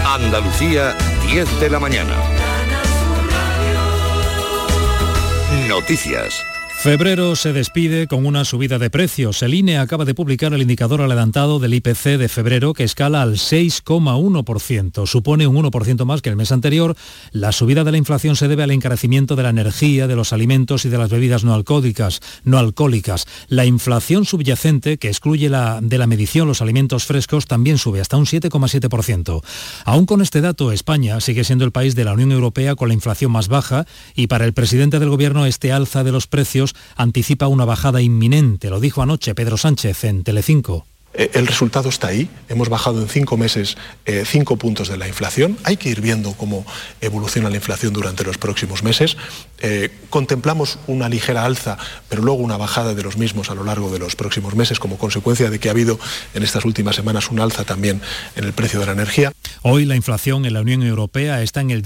Andalucía, 10 de la mañana. Noticias. Febrero se despide con una subida de precios. El INE acaba de publicar el indicador adelantado del IPC de febrero, que escala al 6,1%. Supone un 1% más que el mes anterior. La subida de la inflación se debe al encarecimiento de la energía, de los alimentos y de las bebidas no alcohólicas. La inflación subyacente, que excluye de la medición los alimentos frescos, también sube hasta un 7,7%. Aún con este dato, España sigue siendo el país de la Unión Europea con la inflación más baja, y para el presidente del Gobierno este alza de los precios anticipa una bajada inminente. Lo dijo anoche Pedro Sánchez en Telecinco. El resultado está ahí. Hemos bajado en 5 meses 5 puntos de la inflación. Hay que ir viendo cómo evoluciona la inflación durante los próximos meses. Contemplamos una ligera alza, pero luego una bajada de los mismos a lo largo de los próximos meses, como consecuencia de que ha habido en estas últimas semanas un alza también en el precio de la energía. Hoy la inflación en la Unión Europea está en el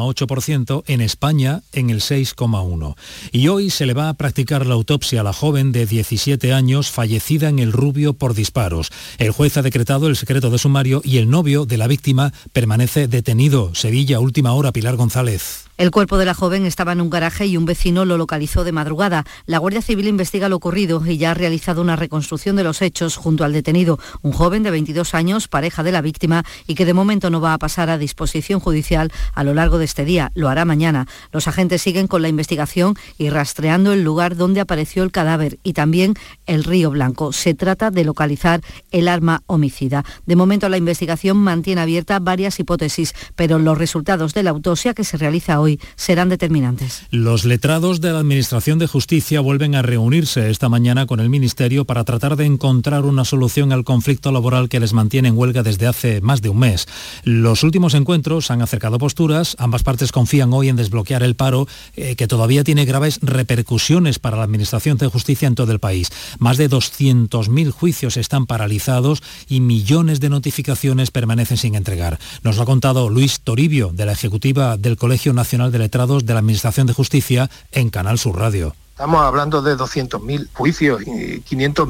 10,8%, en España en el 6,1%. Y hoy se le va a practicar la autopsia a la joven de 17 años fallecida en El Rubio por disparos. El juez ha decretado el secreto de sumario y el novio de la víctima permanece detenido. Sevilla, última hora, Pilar González. El cuerpo de la joven estaba en un garaje y un vecino lo localizó de madrugada. La Guardia Civil investiga lo ocurrido y ya ha realizado una reconstrucción de los hechos junto al detenido, un joven de 22 años, pareja de la víctima, y que de momento no va a pasar a disposición judicial a lo largo de este día. Lo hará mañana. Los agentes siguen con la investigación y rastreando el lugar donde apareció el cadáver y también el Río Blanco. Se trata de localizar el arma homicida. De momento la investigación mantiene abierta varias hipótesis, pero los resultados de la autopsia que se realiza hoy serán determinantes. Los letrados de la Administración de Justicia vuelven a reunirse esta mañana con el Ministerio para tratar de encontrar una solución al conflicto laboral que les mantiene en huelga desde hace más de un mes. Los últimos encuentros han acercado posturas. Ambas partes confían hoy en desbloquear el paro, que todavía tiene graves repercusiones para la Administración de Justicia en todo el país. Más de 200.000 juicios están paralizados y millones de notificaciones permanecen sin entregar. Nos lo ha contado Luis Toribio, de la Ejecutiva del Colegio Nacional de Letrados de la Administración de Justicia, en Canal Sur Radio. Estamos hablando de 200.000 juicios y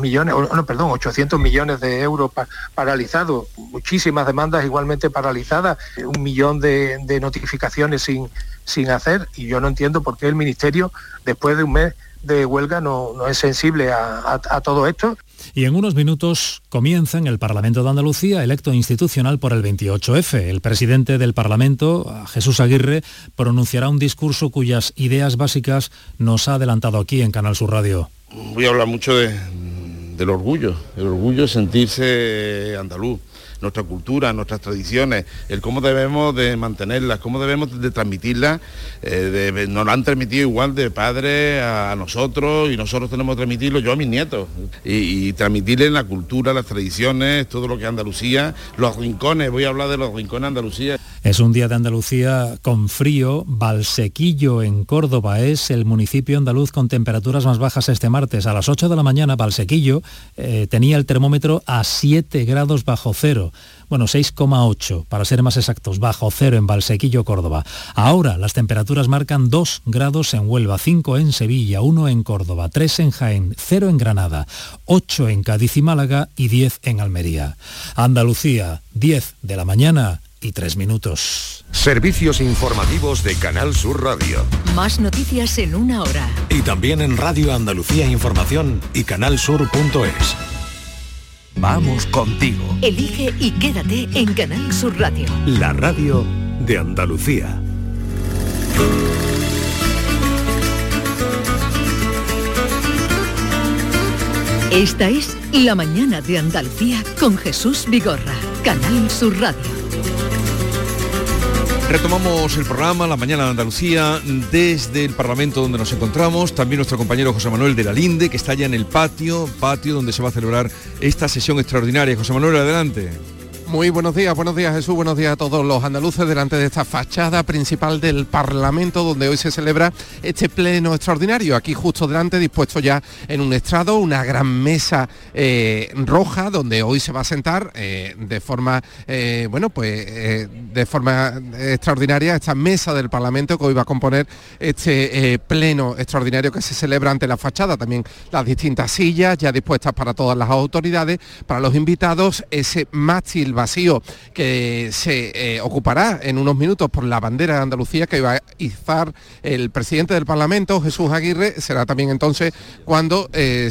800 millones de euros paralizados, muchísimas demandas igualmente paralizadas, 1 millón de notificaciones sin hacer, y yo no entiendo por qué el Ministerio, después de un mes de huelga, no es sensible a todo esto. Y en unos minutos comienza en el Parlamento de Andalucía el acto institucional por el 28F. El presidente del Parlamento, Jesús Aguirre, pronunciará un discurso cuyas ideas básicas nos ha adelantado aquí en Canal Sur Radio. Voy a hablar mucho del orgullo, el sentirse andaluz, nuestra cultura, nuestras tradiciones, el cómo debemos de mantenerlas, cómo debemos de transmitirlas. Nos lo han transmitido igual de padres a nosotros, y nosotros tenemos que transmitirlo, yo a mis nietos, y transmitirles la cultura, las tradiciones, todo lo que es Andalucía, los rincones. Voy a hablar de los rincones de Andalucía. Es un día de Andalucía con frío. Valsequillo, en Córdoba, es el municipio andaluz con temperaturas más bajas este martes. A las 8 de la mañana, Valsequillo tenía el termómetro a 7 grados bajo cero. Bueno, 6,8 para ser más exactos, bajo cero en Valsequillo, Córdoba. Ahora las temperaturas marcan 2 grados en Huelva, 5 en Sevilla, 1 en Córdoba, 3 en Jaén, 0 en Granada, 8 en Cádiz y Málaga y 10 en Almería. Andalucía, 10 de la mañana y 3 minutos. Servicios informativos de Canal Sur Radio. Más noticias en una hora. Y también en Radio Andalucía Información y canalsur.es. Vamos contigo. Elige y quédate en Canal Sur Radio. La radio de Andalucía. Esta es La Mañana de Andalucía con Jesús Vigorra. Canal Sur Radio. Retomamos el programa La Mañana de Andalucía desde el Parlamento donde nos encontramos. También nuestro compañero José Manuel de la Linde, que está ya en el patio donde se va a celebrar esta sesión extraordinaria. José Manuel, adelante. Muy buenos días Jesús, buenos días a todos los andaluces delante de esta fachada principal del Parlamento, donde hoy se celebra este pleno extraordinario. Aquí justo delante, dispuesto ya en un estrado, una gran mesa roja, donde hoy se va a sentar de forma extraordinaria esta mesa del Parlamento que hoy va a componer este pleno extraordinario que se celebra ante la fachada. También las distintas sillas ya dispuestas para todas las autoridades, para los invitados, ese mástil vacío que se ocupará en unos minutos por la bandera de Andalucía que va a izar el presidente del Parlamento, Jesús Aguirre. Será también entonces cuando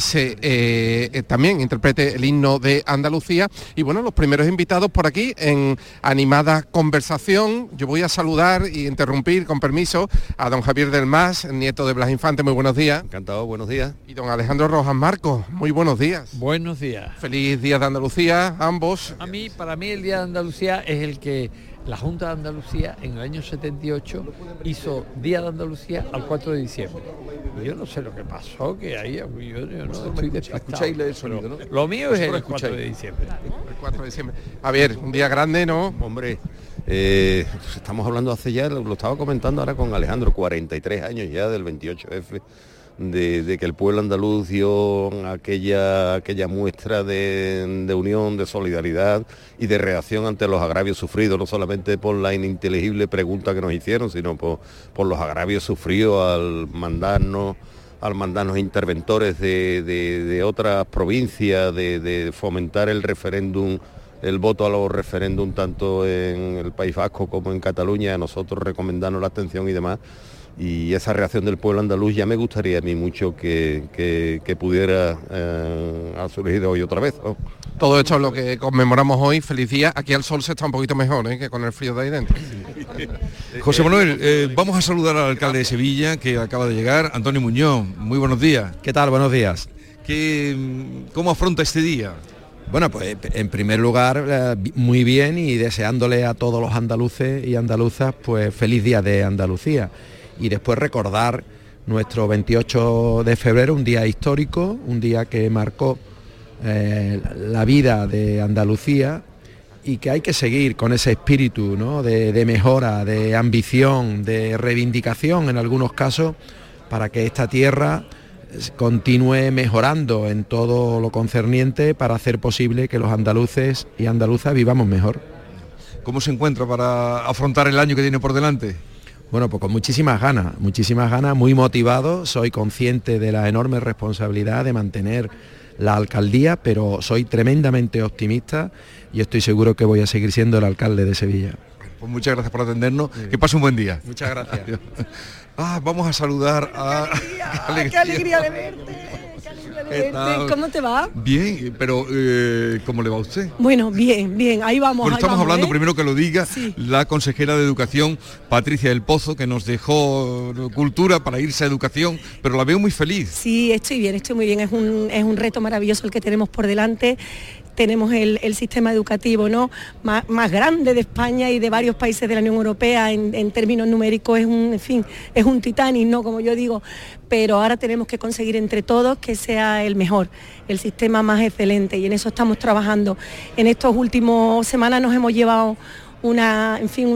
también interprete el himno de Andalucía. Y bueno, los primeros invitados por aquí en animada conversación. Yo voy a saludar y interrumpir, con permiso, a don Javier del Mas, nieto de Blas Infante. Muy buenos días. Encantado, buenos días. Y don Alejandro Rojas Marcos, muy buenos días. Buenos días. Feliz Día de Andalucía, ambos. Para mí el Día de Andalucía es el que la Junta de Andalucía en el año 78 hizo Día de Andalucía al 4 de diciembre. Yo no sé lo que pasó, que ahí yo no estoy despistado. Escucháis el sonido, ¿no? Lo mío es el 4 de diciembre. El 4 de diciembre. A ver, un día grande, ¿no? Hombre, estamos hablando hace ya, lo estaba comentando ahora con Alejandro, 43 años ya del 28F, de que el pueblo andaluz dio aquella muestra de unión, de solidaridad y de reacción ante los agravios sufridos, no solamente por la ininteligible pregunta que nos hicieron, sino por los agravios sufridos al mandarnos interventores de otras provincias, de fomentar el referéndum, el voto a los referéndum tanto en el País Vasco como en Cataluña, a nosotros recomendarnos la abstención y demás. Y esa reacción del pueblo andaluz ya me gustaría a mí mucho que pudiera surgir hoy otra vez, ¿no? Todo esto es lo que conmemoramos hoy. Feliz día. Aquí al sol se está un poquito mejor, que con el frío de ahí dentro. José Manuel, vamos a saludar al alcalde de Sevilla, que acaba de llegar, Antonio Muñoz. Muy buenos días. ¿Qué tal? Buenos días. ¿Cómo afronta este día? Bueno, pues en primer lugar, muy bien, y deseándole a todos los andaluces y andaluzas, pues feliz Día de Andalucía. Y después recordar nuestro 28 de febrero, un día histórico, un día que marcó la vida de Andalucía, y que hay que seguir con ese espíritu, ¿no?, de mejora, de ambición, de reivindicación en algunos casos, para que esta tierra continúe mejorando en todo lo concerniente para hacer posible que los andaluces y andaluzas vivamos mejor. ¿Cómo se encuentra para afrontar el año que tiene por delante? Bueno, pues con muchísimas ganas, muy motivado. Soy consciente de la enorme responsabilidad de mantener la alcaldía, pero soy tremendamente optimista y estoy seguro que voy a seguir siendo el alcalde de Sevilla. Pues muchas gracias por atendernos, que pase un buen día. Muchas gracias. Vamos a saludar a... ¡Qué alegría de verte! ¿Cómo te va? Bien, pero ¿cómo le va a usted? Bueno, bien, ahí vamos. Bueno, estamos hablando, primero que lo diga, sí, la consejera de Educación, Patricia del Pozo, que nos dejó cultura para irse a Educación, pero la veo muy feliz. Sí, estoy muy bien, es un reto maravilloso el que tenemos por delante. Tenemos el sistema educativo, ¿no?, más grande de España y de varios países de la Unión Europea en términos numéricos. Es un Titanic, ¿no?, como yo digo, pero ahora tenemos que conseguir entre todos que sea el mejor, el sistema más excelente, y en eso estamos trabajando. En estas últimas semanas nos hemos llevado una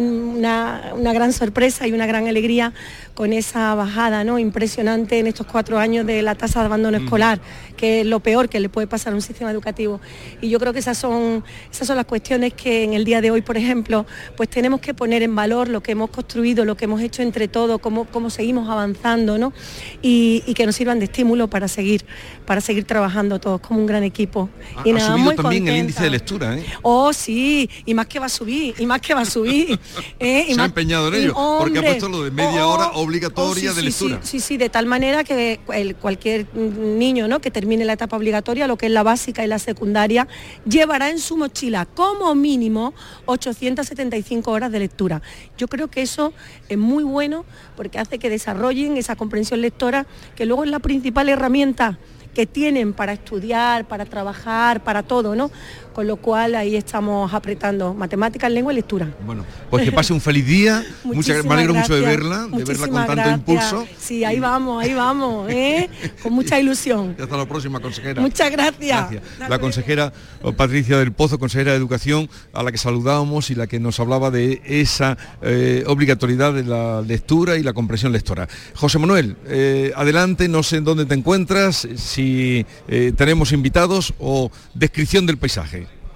gran sorpresa y una gran alegría con esa bajada, ¿no?, impresionante en estos 4 años de la tasa de abandono escolar, que es lo peor que le puede pasar a un sistema educativo. Y yo creo que esas son las cuestiones que en el día de hoy, por ejemplo, pues tenemos que poner en valor lo que hemos construido, lo que hemos hecho entre todos, cómo seguimos avanzando, ¿no?, y que nos sirvan de estímulo para seguir trabajando todos como un gran equipo. Y nada, ha subido muy también contenta. El índice de lectura, ¿eh? Oh, sí, y más que va a subir. Se ha empeñado en ello, porque ha puesto lo de media hora obligatoria de lectura. Sí, de tal manera que cualquier niño, ¿no?, que termine la etapa obligatoria, lo que es la básica y la secundaria, llevará en su mochila como mínimo 875 horas de lectura. Yo creo que eso es muy bueno porque hace que desarrollen esa comprensión lectora, que luego es la principal herramienta que tienen para estudiar, para trabajar, para todo, ¿no? Con lo cual ahí estamos apretando matemáticas, lengua y lectura. Bueno, pues que pase un feliz día. Me alegro mucho de verla con tanto impulso. Sí, ahí vamos, con mucha ilusión. Y hasta la próxima, consejera. Muchas gracias. La consejera Patricia del Pozo, consejera de Educación, a la que saludábamos y la que nos hablaba de esa obligatoriedad de la lectura y la comprensión lectora. José Manuel, adelante, no sé en dónde te encuentras, si tenemos invitados o descripción del paisaje.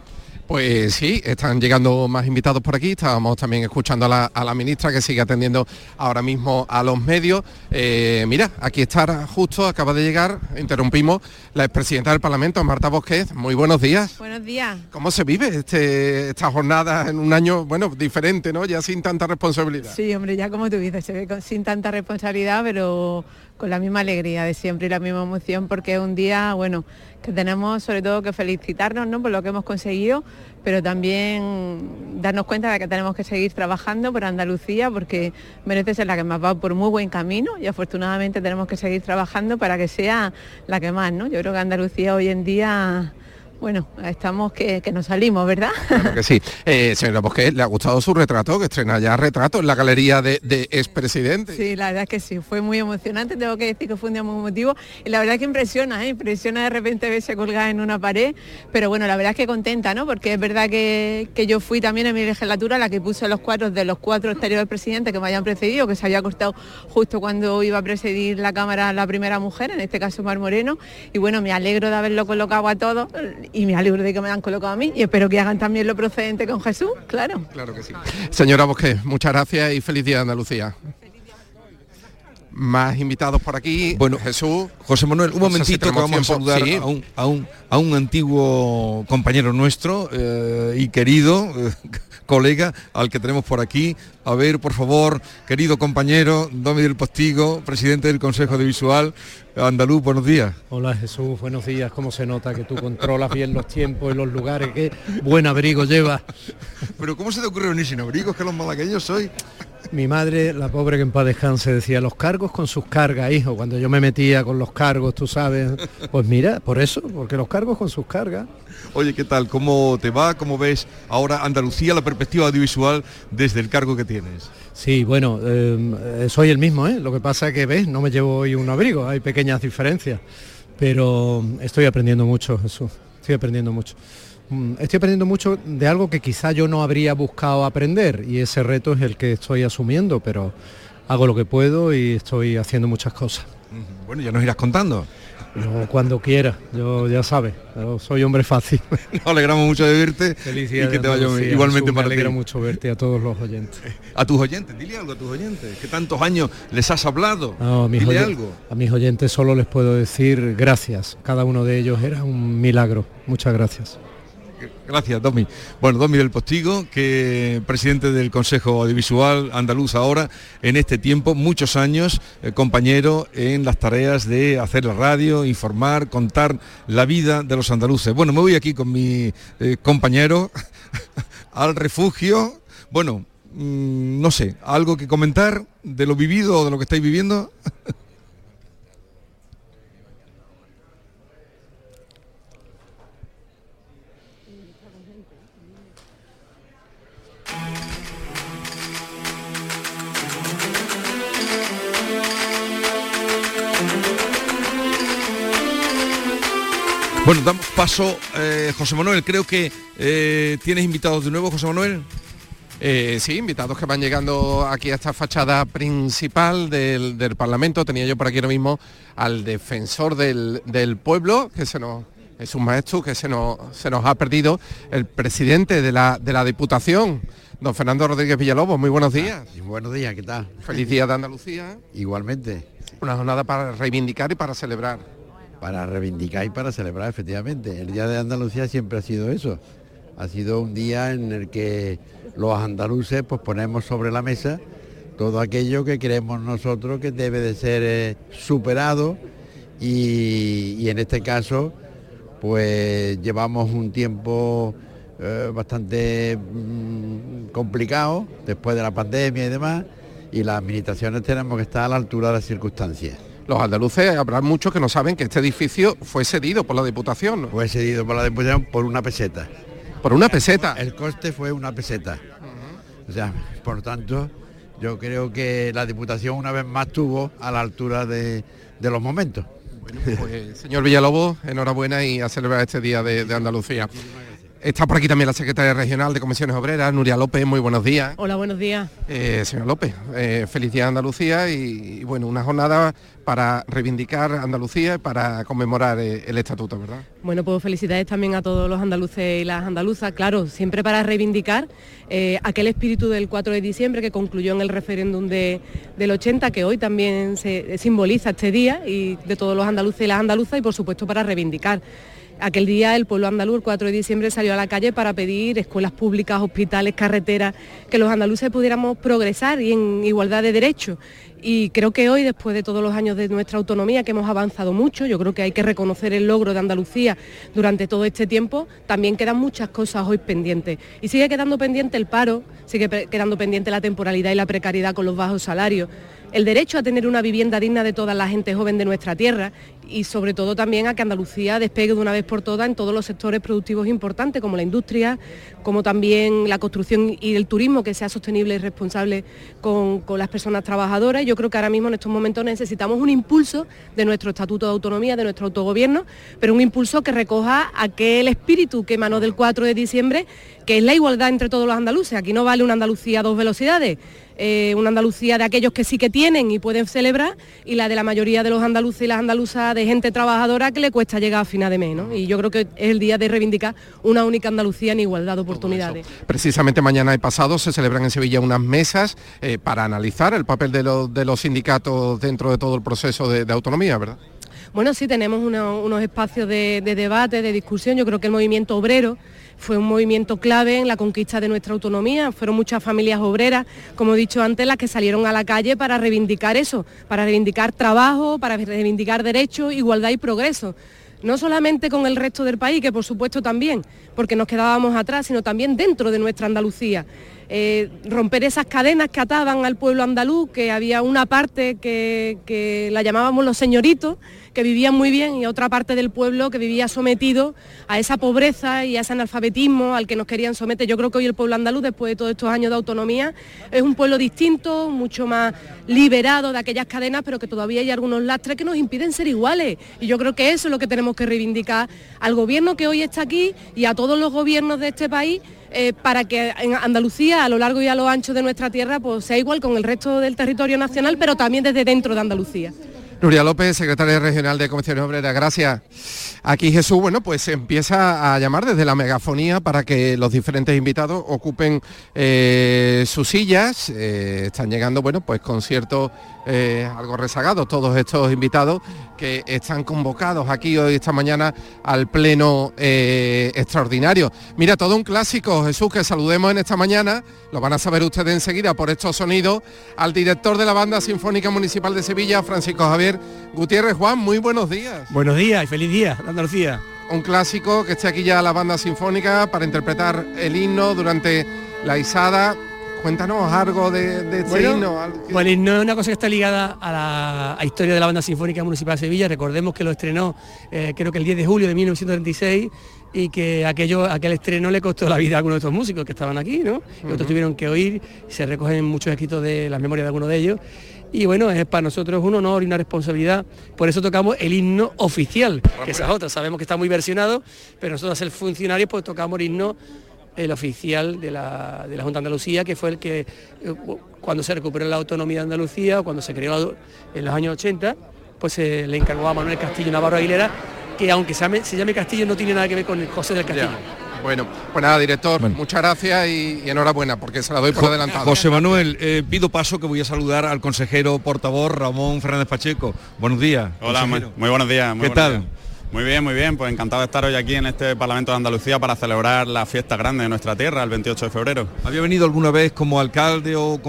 Pues sí, están llegando más invitados por aquí. Estábamos también escuchando a la ministra que sigue atendiendo ahora mismo a los medios. Mira, aquí está justo, acaba de llegar, interrumpimos, la expresidenta del Parlamento, Marta Bosquet. Muy buenos días. Buenos días. ¿Cómo se vive esta jornada en un año, bueno, diferente, ¿no? Ya sin tanta responsabilidad. Sí, hombre, ya como tú dices, se ve sin tanta responsabilidad, pero con la misma alegría de siempre y la misma emoción, porque es un día, bueno, que tenemos sobre todo que felicitarnos, ¿no?, por lo que hemos conseguido, pero también darnos cuenta de que tenemos que seguir trabajando por Andalucía, porque merece ser la que más va por muy buen camino y afortunadamente tenemos que seguir trabajando para que sea la que más, ¿no? Yo creo que Andalucía hoy en día, bueno, estamos que nos salimos, ¿verdad? Claro que sí. Señora Bosquet, ¿le ha gustado su retrato? Que estrena ya retrato en la galería de expresidentes. Sí, la verdad es que sí, fue muy emocionante, tengo que decir que fue un día muy emotivo y la verdad es que impresiona de repente verse colgada en una pared, pero bueno, la verdad es que contenta, ¿no? Porque es verdad que yo fui también en mi legislatura la que puse los cuadros de los 4 exteriores presidentes que me hayan precedido, que se había cortado justo cuando iba a presidir la Cámara la primera mujer, en este caso Mar Moreno, y bueno, me alegro de haberlo colocado a todos y me alegro de que me han colocado a mí y espero que hagan también lo procedente con Jesús, claro. Claro que sí. Señora Bosquet, muchas gracias y feliz día de Andalucía. Más invitados por aquí. Bueno, Jesús. José Manuel, un momentito que vamos a saludar sí. a un antiguo compañero nuestro y querido colega al que tenemos por aquí. A ver, por favor, querido compañero, Domi del Postigo, presidente del Consejo Audiovisual Andaluz, buenos días. Hola Jesús, buenos días. ¿Cómo se nota que tú controlas bien los tiempos y los lugares? Qué buen abrigo llevas. Pero ¿cómo se te ocurre venir sin abrigos? Que los malagueños soy. Mi madre, la pobre que en paz descanse, decía, los cargos con sus cargas, hijo. Cuando yo me metía con los cargos, tú sabes, pues mira, por eso, porque los cargos con sus cargas. Oye, ¿qué tal? ¿Cómo te va? ¿Cómo ves ahora Andalucía, la perspectiva audiovisual desde el cargo que tienes? Sí, bueno, soy el mismo, ¿eh? Lo que pasa es que, ves, no me llevo hoy un abrigo, hay pequeñas diferencias, pero estoy aprendiendo mucho, Jesús, estoy aprendiendo mucho. Estoy aprendiendo mucho de algo que quizá yo no habría buscado aprender y ese reto es el que estoy asumiendo, pero hago lo que puedo y estoy haciendo muchas cosas. Bueno, ya nos irás contando. Yo cuando quiera, yo ya sabes, yo soy hombre fácil. Nos alegramos mucho de verte. Felicidades. Y que te vaya bien. Igualmente para ti. Me alegra mucho verte a todos los oyentes. A tus oyentes, dile algo a tus oyentes. ¿Qué tantos años les has hablado? No, dile algo. A mis oyentes solo les puedo decir gracias. Cada uno de ellos era un milagro. Muchas gracias. Gracias, Domi. Bueno, Domi del Postigo, que presidente del Consejo Audiovisual Andaluz ahora, en este tiempo, muchos años, compañero en las tareas de hacer la radio, informar, contar la vida de los andaluces. Bueno, me voy aquí con mi compañero al refugio. Bueno, no sé, ¿algo que comentar de lo vivido o de lo que estáis viviendo? Bueno, damos paso, José Manuel, creo que tienes invitados de nuevo, José Manuel. Sí, invitados que van llegando aquí a esta fachada principal del Parlamento. Tenía yo por aquí ahora mismo al defensor del pueblo, que es un maestro que se nos ha perdido, el presidente de la Diputación, don Fernando Rodríguez Villalobos. Muy buenos días. Buenos días, ¿qué tal? Feliz día de Andalucía. Igualmente. Una jornada para reivindicar y para celebrar. Para reivindicar y para celebrar, efectivamente. El Día de Andalucía siempre ha sido eso. Ha sido un día en el que los andaluces pues ponemos sobre la mesa todo aquello que creemos nosotros que debe de ser superado y en este caso pues llevamos un tiempo bastante complicado después de la pandemia y demás, y las administraciones tenemos que estar a la altura de las circunstancias. Los andaluces, habrá muchos que no saben que este edificio fue cedido por la Diputación, ¿no? Fue cedido por la Diputación por una peseta. ¿Por una peseta? El coste fue una peseta. O sea, por lo tanto, yo creo que la Diputación una vez más estuvo a la altura de los momentos. Bueno, pues, señor Villalobos, enhorabuena y a celebrar este Día de Andalucía. Está por aquí también la secretaria regional de Comisiones Obreras, Nuria López. Muy buenos días. Hola, buenos días. Señor López, feliz día de Andalucía y bueno, una jornada para reivindicar Andalucía y para conmemorar el estatuto, ¿verdad? Bueno, pues felicidades también a todos los andaluces y las andaluzas, claro, siempre para reivindicar aquel espíritu del 4 de diciembre que concluyó en el referéndum del 80, que hoy también se simboliza este día, y de todos los andaluces y las andaluzas, y por supuesto para reivindicar. Aquel día el pueblo andaluz, el 4 de diciembre, salió a la calle para pedir escuelas públicas, hospitales, carreteras, que los andaluces pudiéramos progresar y en igualdad de derechos. Y creo que hoy, después de todos los años de nuestra autonomía, que hemos avanzado mucho, yo creo que hay que reconocer el logro de Andalucía durante todo este tiempo, también quedan muchas cosas hoy pendientes. Y sigue quedando pendiente el paro, sigue quedando pendiente la temporalidad y la precariedad con los bajos salarios, el derecho a tener una vivienda digna de toda la gente joven de nuestra tierra y sobre todo también a que Andalucía despegue de una vez por todas en todos los sectores productivos importantes, como la industria, como también la construcción y el turismo, que sea sostenible y responsable con las personas trabajadoras. Yo creo que ahora mismo en estos momentos necesitamos un impulso de nuestro Estatuto de Autonomía, de nuestro autogobierno, pero un impulso que recoja aquel espíritu que emanó del 4 de diciembre, que es la igualdad entre todos los andaluces. Aquí no vale una Andalucía a dos velocidades, una Andalucía de aquellos que sí que tienen y pueden celebrar, y la de la mayoría de los andaluces y las andaluzas de gente trabajadora que le cuesta llegar a final de mes, ¿no? Y yo creo que es el día de reivindicar una única Andalucía en igualdad de oportunidades. Precisamente mañana y pasado se celebran en Sevilla unas mesas para analizar el papel de los sindicatos dentro de todo el proceso de autonomía, ¿verdad? Bueno, sí, tenemos unos espacios de debate, de discusión. Yo creo que el movimiento obrero fue un movimiento clave en la conquista de nuestra autonomía. Fueron muchas familias obreras, como he dicho antes, las que salieron a la calle para reivindicar eso, para reivindicar trabajo, para reivindicar derechos, igualdad y progreso. No solamente con el resto del país, que por supuesto también, porque nos quedábamos atrás, sino también dentro de nuestra Andalucía. Romper esas cadenas que ataban al pueblo andaluz, que había una parte que la llamábamos los señoritos, que vivían muy bien, y otra parte del pueblo que vivía sometido a esa pobreza y a ese analfabetismo al que nos querían someter. Yo creo que hoy el pueblo andaluz, después de todos estos años de autonomía, es un pueblo distinto, mucho más liberado de aquellas cadenas, pero que todavía hay algunos lastres que nos impiden ser iguales. Y yo creo que eso es lo que tenemos que reivindicar al gobierno que hoy está aquí y a todos los gobiernos de este país, para que en Andalucía, a lo largo y a lo ancho de nuestra tierra, pues sea igual con el resto del territorio nacional, pero también desde dentro de Andalucía. Nuria López, secretaria regional de Comisiones Obreras, gracias. Aquí Jesús, bueno, pues se empieza a llamar desde la megafonía para que los diferentes invitados ocupen sus sillas. Están llegando, bueno, pues conciertos algo rezagados todos estos invitados que están convocados aquí hoy, esta mañana, al pleno extraordinario. Mira, todo un clásico, Jesús, que saludemos en esta mañana, lo van a saber ustedes enseguida por estos sonidos, al director de la Banda Sinfónica Municipal de Sevilla, Francisco Javier Gutiérrez. Juan, muy buenos días. Buenos días y feliz día de Andalucía. Un clásico que esté aquí ya la Banda Sinfónica para interpretar el himno durante la izada. Cuéntanos algo de este himno. Bueno, el himno es una cosa que está ligada a la historia de la Banda Sinfónica Municipal de Sevilla. Recordemos que lo estrenó creo que el 10 de julio de 1936 y que aquel estreno le costó la vida a algunos de estos músicos que estaban aquí, ¿no? Y otros tuvieron que oír, se recogen muchos escritos de las memorias de algunos de ellos. Y bueno, es para nosotros un honor y una responsabilidad, por eso tocamos el himno oficial, que esas otras, sabemos que está muy versionado, pero nosotros, al ser funcionarios, pues tocamos el oficial de la Junta de Andalucía, que fue el que, cuando se recuperó la autonomía de Andalucía, o cuando se creó en los años 80, pues se le encargó a Manuel Castillo Navarro Aguilera, que aunque se llame Castillo, no tiene nada que ver con José del Castillo. Ya. Bueno, pues nada, director, muchas gracias y enhorabuena, porque se la doy por adelantado. José Manuel, pido paso que voy a saludar al consejero portavoz Ramón Fernández Pacheco. Buenos días. Hola, muy buenos días. ¿Qué tal? Muy bien, pues encantado de estar hoy aquí en este Parlamento de Andalucía para celebrar la fiesta grande de nuestra tierra, el 28 de febrero. ¿Había venido alguna vez como alcalde o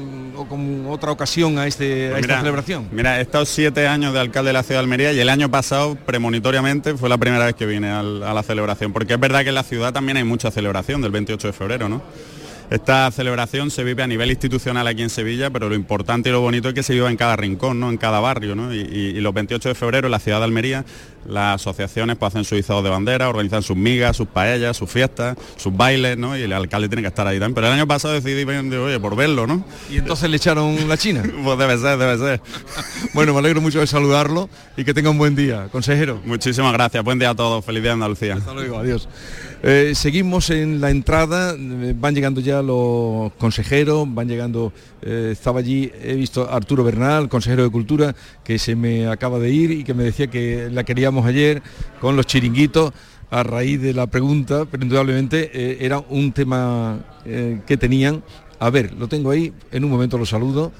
con otra ocasión a esta celebración? Mira, he estado 7 años de alcalde de la ciudad de Almería y el año pasado, premonitoriamente, fue la primera vez que vine a la celebración, porque es verdad que en la ciudad también hay mucha celebración del 28 de febrero, ¿no? Esta celebración se vive a nivel institucional aquí en Sevilla, pero lo importante y lo bonito es que se viva en cada rincón, ¿no? En cada barrio, ¿no? Y los 28 de febrero en la ciudad de Almería, las asociaciones pues hacen sus izados de bandera, organizan sus migas, sus paellas, sus fiestas, sus bailes, ¿no? Y el alcalde tiene que estar ahí también. Pero el año pasado decidí venir, oye, por verlo, ¿no? ¿Y entonces le echaron la china? Pues debe ser. Bueno, me alegro mucho de saludarlo y que tenga un buen día, consejero. Muchísimas gracias, buen día a todos, feliz día de Andalucía. Hasta luego, adiós. Seguimos en la entrada, van llegando ya los consejeros, van llegando, estaba allí, he visto a Arturo Bernal, consejero de Cultura, que se me acaba de ir y que me decía que la queríamos ayer con los chiringuitos a raíz de la pregunta, pero indudablemente era un tema que tenían. A ver, lo tengo ahí, en un momento lo saludo.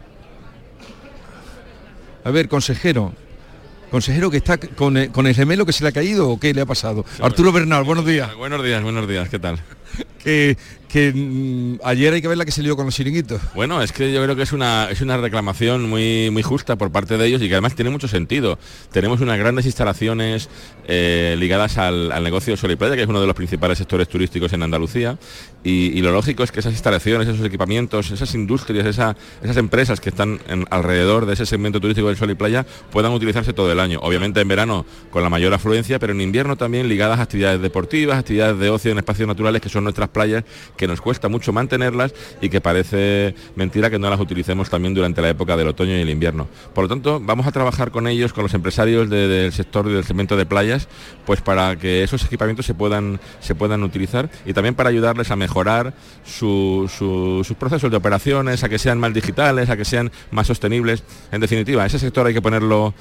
A ver, consejero que está con el gemelo que se le ha caído o qué le ha pasado. Sí, Arturo Bernal, buenos días. Buenos días, ¿qué tal? Que ayer hay que ver la que se lió con los chiringuitos. Bueno, es que yo creo que es una reclamación muy justa por parte de ellos y que además tiene mucho sentido. Tenemos unas grandes instalaciones ligadas al negocio de Sol y Playa, que es uno de los principales sectores turísticos en Andalucía, y lo lógico es que esas instalaciones, esos equipamientos, esas industrias, esas empresas que están alrededor de ese segmento turístico del Sol y Playa puedan utilizarse todo el año. Obviamente en verano con la mayor afluencia, pero en invierno también ligadas a actividades deportivas, actividades de ocio en espacios naturales, que son nuestras playas, que nos cuesta mucho mantenerlas y que parece mentira que no las utilicemos también durante la época del otoño y el invierno. Por lo tanto, vamos a trabajar con ellos, con los empresarios del sector del segmento de playas, pues para que esos equipamientos se puedan utilizar y también para ayudarles a mejorar sus procesos de operaciones, a que sean más digitales, a que sean más sostenibles. En definitiva, ese sector hay que ponerlo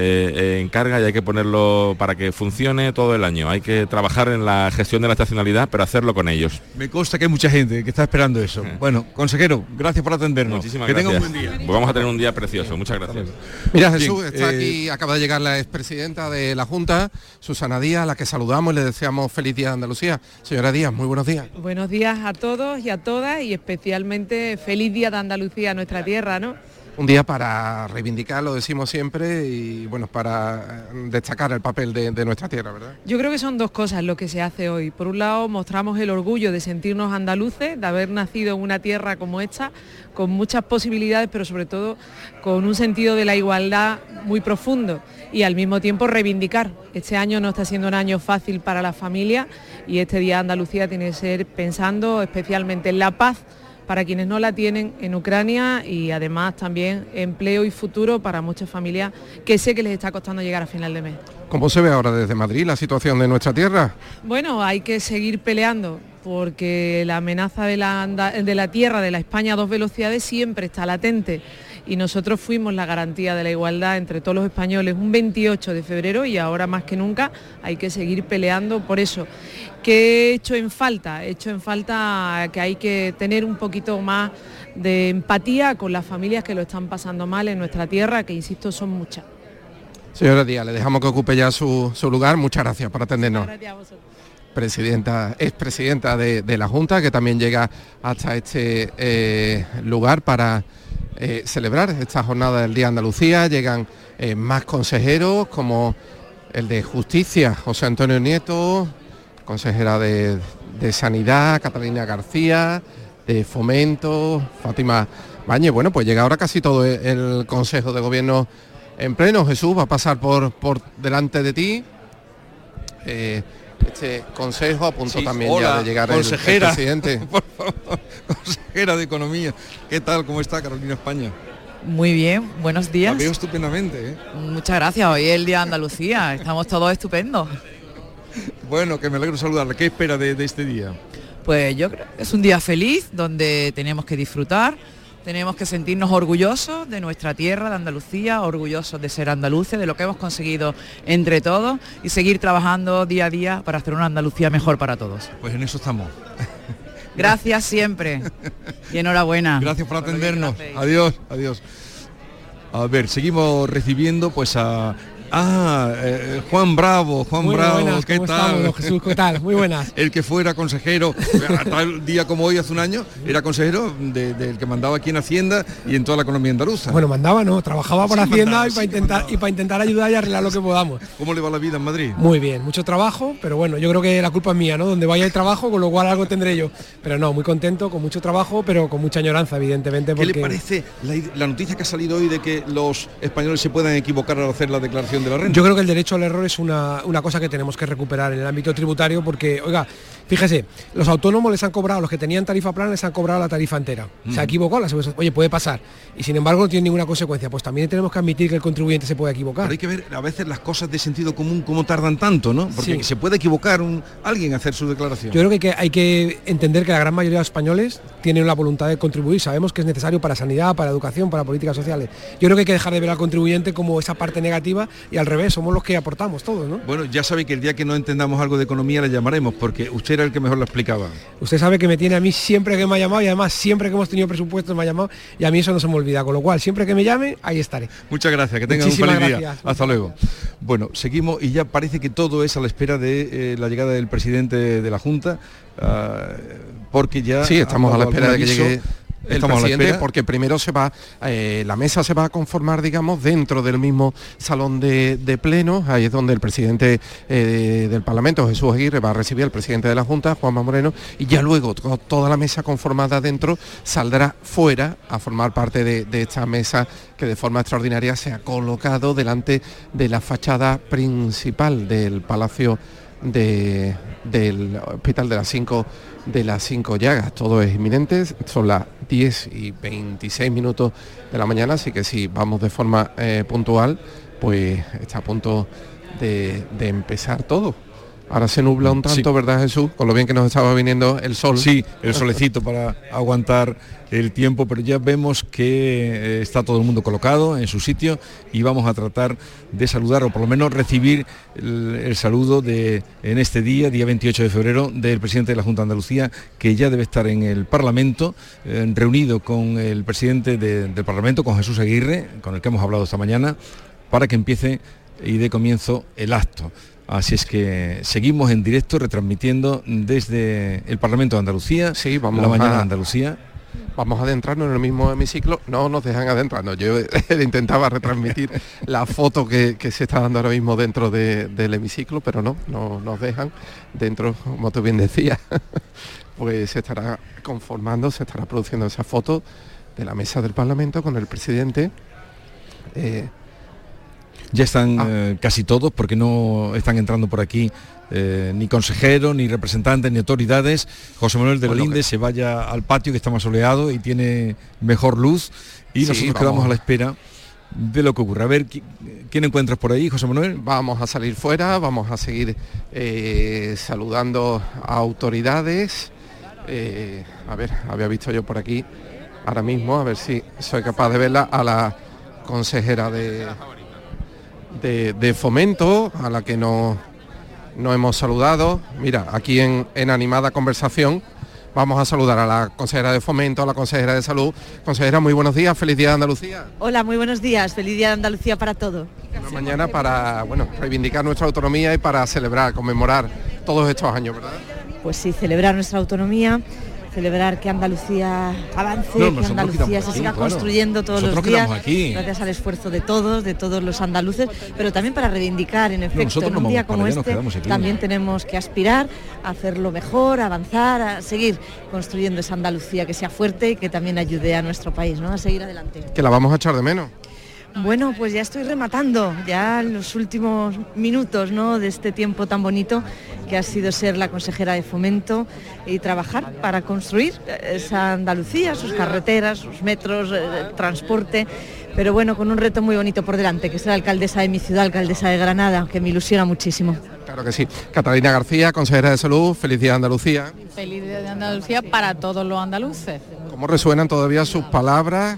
en carga y hay que ponerlo para que funcione todo el año. Hay que trabajar en la gestión de la estacionalidad, pero hacerlo con ellos. Me consta que hay mucha gente que está esperando eso. Bueno, consejero, gracias por atendernos. Muchísimas gracias. Tenga un buen día. Pues vamos a tener un día precioso. Muchas gracias. Mira, Jesús, está aquí, acaba de llegar la expresidenta de la Junta, Susana Díaz, a la que saludamos y le deseamos feliz día de Andalucía. Señora Díaz, muy buenos días. Buenos días a todos y a todas y especialmente feliz día de Andalucía, nuestra tierra, ¿no? Un día para reivindicar, lo decimos siempre, y bueno, para destacar el papel de nuestra tierra, ¿verdad? Yo creo que son dos cosas lo que se hace hoy. Por un lado, mostramos el orgullo de sentirnos andaluces, de haber nacido en una tierra como esta, con muchas posibilidades, pero sobre todo con un sentido de la igualdad muy profundo, y al mismo tiempo reivindicar. Este año no está siendo un año fácil para las familias y este Día de Andalucía tiene que ser pensando especialmente en la paz para quienes no la tienen en Ucrania y además también empleo y futuro para muchas familias que sé que les está costando llegar a final de mes. ¿Cómo se ve ahora desde Madrid la situación de nuestra tierra? Bueno, hay que seguir peleando porque la amenaza de la tierra, de la España a dos velocidades siempre está latente y nosotros fuimos la garantía de la igualdad entre todos los españoles un 28 de febrero y ahora más que nunca hay que seguir peleando por eso. ¿Qué he hecho en falta? He hecho en falta que hay que tener un poquito más de empatía con las familias que lo están pasando mal en nuestra tierra, que insisto son muchas. Señora Díaz, le dejamos que ocupe ya su lugar. Muchas gracias por atendernos. Gracias a vosotros. Expresidenta de la Junta, que también llega hasta este lugar para celebrar esta jornada del Día de Andalucía. Llegan más consejeros como el de Justicia, José Antonio Nieto, consejera de Sanidad, Catalina García, de Fomento, Fátima Báñez. Bueno, pues llega ahora casi todo el Consejo de Gobierno en pleno. Jesús, va a pasar por delante de ti. Este consejo, a punto también hola, ya de llegar consejera, el presidente. Por favor, consejera de Economía. ¿Qué tal? ¿Cómo está Carolina España? Muy bien, buenos días. La veo estupendamente, ¿eh? Muchas gracias, hoy es el Día de Andalucía, estamos todos estupendos. Bueno, que me alegro saludarle. ¿Qué espera de este día? Pues yo creo que es un día feliz donde tenemos que disfrutar, tenemos que sentirnos orgullosos de nuestra tierra, de Andalucía, orgullosos de ser andaluces, de lo que hemos conseguido entre todos y seguir trabajando día a día para hacer una Andalucía mejor para todos. Pues en eso estamos. Gracias siempre y enhorabuena. Gracias por atendernos. Adiós, adiós. A ver, seguimos recibiendo pues a... Juan Bravo, muy Bravo, buenas, ¿qué tal? Estamos, Jesús, ¿qué tal? Muy buenas. El que fuera consejero, tal día como hoy hace un año, era consejero del que mandaba aquí en Hacienda y en toda la economía andaluza. Bueno, mandaba, no, trabajaba por Hacienda mandaba, y para intentar ayudar y arreglar lo que podamos. ¿Cómo le va la vida en Madrid? Muy bien, mucho trabajo, pero bueno, yo creo que la culpa es mía, ¿no? Donde vaya el trabajo, con lo cual algo tendré yo. Pero no, muy contento, con mucho trabajo, pero con mucha añoranza, evidentemente. Porque... ¿Qué le parece la noticia que ha salido hoy de que los españoles se puedan equivocar al hacer la declaración de la renta? Yo creo que el derecho al error es una cosa que tenemos que recuperar en el ámbito tributario porque, oiga, Fíjese, los autónomos les han cobrado, los que tenían tarifa plana les han cobrado la tarifa entera. Se ha equivocado la seguridad social. Oye, puede pasar. Y sin embargo no tiene ninguna consecuencia. Pues también tenemos que admitir que el contribuyente se puede equivocar. Pero hay que ver a veces las cosas de sentido común cómo tardan tanto, ¿no? Porque Sí. se puede equivocar alguien a hacer su declaración. Yo creo que hay que entender que la gran mayoría de los españoles tienen la voluntad de contribuir. Sabemos que es necesario para sanidad, para educación, para políticas sociales. Yo creo que hay que dejar de ver al contribuyente como esa parte negativa y al revés, somos los que aportamos todos, ¿no? Bueno, ya sabe que el día que no entendamos algo de economía le llamaremos, porque usted era el que mejor lo explicaba. Usted sabe que me tiene a mí siempre que me ha llamado y además siempre que hemos tenido presupuestos me ha llamado y a mí eso no se me olvida. Con lo cual, siempre que me llame, ahí estaré. Muchas gracias, que tengan un Muchísimas feliz día. gracias. Hasta luego. Bueno, seguimos y ya parece que todo es a la espera de la llegada del presidente de la Junta, porque ya... Sí, estamos a la espera de que aviso. llegue el Estamos a la presidente, espera. porque primero se va, la mesa se va a conformar, digamos, dentro del mismo salón de plenos. Ahí es donde el presidente del Parlamento, Jesús Aguirre, va a recibir al presidente de la Junta, Juanma Moreno, y ya luego toda la mesa conformada dentro saldrá fuera a formar parte de esta mesa que de forma extraordinaria se ha colocado delante de la fachada principal del Palacio del Hospital de las Cinco Llagas. Todo es inminente, son las 10:26 de la mañana, así que si vamos de forma puntual, pues está a punto de empezar todo. Ahora se nubla un tanto, sí. ¿Verdad, Jesús? Con lo bien que nos estaba viniendo el sol. Sí, el solecito para aguantar el tiempo, pero ya vemos que está todo el mundo colocado en su sitio y vamos a tratar de saludar, o por lo menos recibir el saludo en este día 28 de febrero, del presidente de la Junta de Andalucía, que ya debe estar en el Parlamento, reunido con el presidente del Parlamento, con Jesús Aguirre, con el que hemos hablado esta mañana, para que empiece y dé comienzo el acto. Así es que seguimos en directo retransmitiendo desde el Parlamento de Andalucía, sí, vamos la mañana de Andalucía. Vamos a adentrarnos en el mismo hemiciclo, no nos dejan adentrarnos. Yo intentaba retransmitir la foto que se está dando ahora mismo dentro del hemiciclo, pero no nos dejan dentro, como tú bien decías. Pues se estará conformando, se estará produciendo esa foto de la mesa del Parlamento con el presidente. Ya están casi todos, porque no están entrando por aquí ni consejeros, ni representantes, ni autoridades. José Manuel de la Linde se vaya al patio, que está más soleado y tiene mejor luz, y sí, nosotros quedamos a la espera de lo que ocurre. A ver, ¿quién encuentras por ahí, José Manuel? Vamos a salir fuera, vamos a seguir saludando a autoridades. A ver, había visto yo por aquí ahora mismo, a ver si soy capaz de verla, a la consejera de Fomento, a la que no hemos saludado. Mira, aquí en animada conversación vamos a saludar a la consejera de Fomento, a la consejera de Salud. Consejera, muy buenos días, feliz día de Andalucía. Hola, muy buenos días, feliz día de Andalucía para todos. Una mañana para, reivindicar nuestra autonomía y para celebrar, conmemorar todos estos años, ¿verdad? Pues sí, celebrar nuestra autonomía, celebrar que Andalucía avance, que Andalucía se siga construyendo todos los días, gracias al esfuerzo de todos los andaluces, pero también para reivindicar, en efecto, en un día como este, también tenemos que aspirar a hacerlo mejor, a avanzar, a seguir construyendo esa Andalucía que sea fuerte y que también ayude a nuestro país, ¿no?, a seguir adelante. Que la vamos a echar de menos. Bueno, pues ya estoy rematando ya los últimos minutos, ¿no?, de este tiempo tan bonito que ha sido ser la consejera de Fomento y trabajar para construir esa Andalucía, sus carreteras, sus metros, transporte, pero bueno, con un reto muy bonito por delante, que es la alcaldesa de mi ciudad, alcaldesa de Granada, que me ilusiona muchísimo. Claro que sí. Catalina García, consejera de Salud, feliz día de Andalucía. Feliz día de Andalucía para todos los andaluces. ¿Cómo resuenan todavía sus palabras?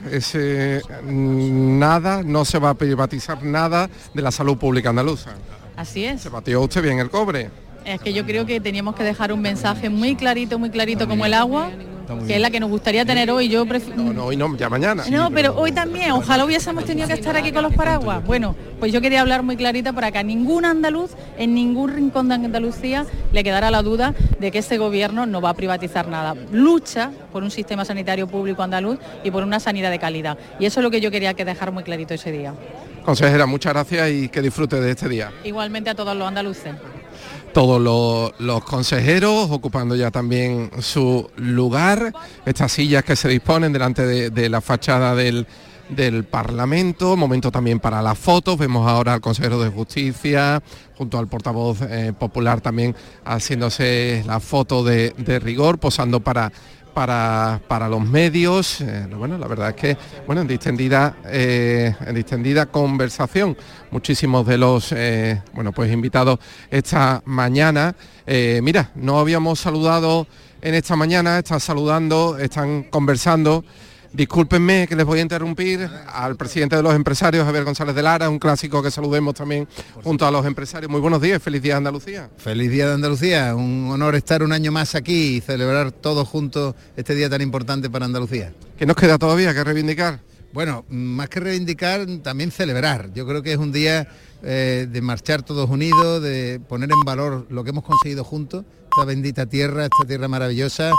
Nada, no se va a privatizar nada de la salud pública andaluza. Así es. Se batió usted bien el cobre. Es que yo creo que teníamos que dejar un mensaje muy clarito como el agua, que es la que nos gustaría tener hoy. Yo no, hoy no, ya mañana. No, pero hoy también, ojalá hubiésemos tenido que estar aquí con los paraguas. Bueno, pues yo quería hablar muy clarita para que a ningún andaluz, en ningún rincón de Andalucía, le quedara la duda de que este gobierno no va a privatizar nada. Lucha por un sistema sanitario público andaluz y por una sanidad de calidad. Y eso es lo que yo quería que dejar muy clarito ese día. Consejera, muchas gracias y que disfrute de este día. Igualmente a todos los andaluces. Todos los consejeros ocupando ya también su lugar, estas sillas que se disponen delante de la fachada del del Parlamento, momento también para las fotos. Vemos ahora al consejero de Justicia junto al portavoz popular también haciéndose la foto de rigor, posando para los medios. Bueno, la verdad es que en distendida conversación muchísimos de los pues invitados esta mañana. Mira, no habíamos saludado en esta mañana, están conversando. Discúlpenme que les voy a interrumpir al presidente de los empresarios, Javier González de Lara, un clásico que saludemos también junto a los empresarios. Muy buenos días, feliz día de Andalucía. Feliz día de Andalucía, un honor estar un año más aquí y celebrar todos juntos este día tan importante para Andalucía. ¿Qué nos queda todavía que reivindicar? Bueno, más que reivindicar, también celebrar. Yo creo que es un día de marchar todos unidos, de poner en valor lo que hemos conseguido juntos, esta bendita tierra, esta tierra maravillosa,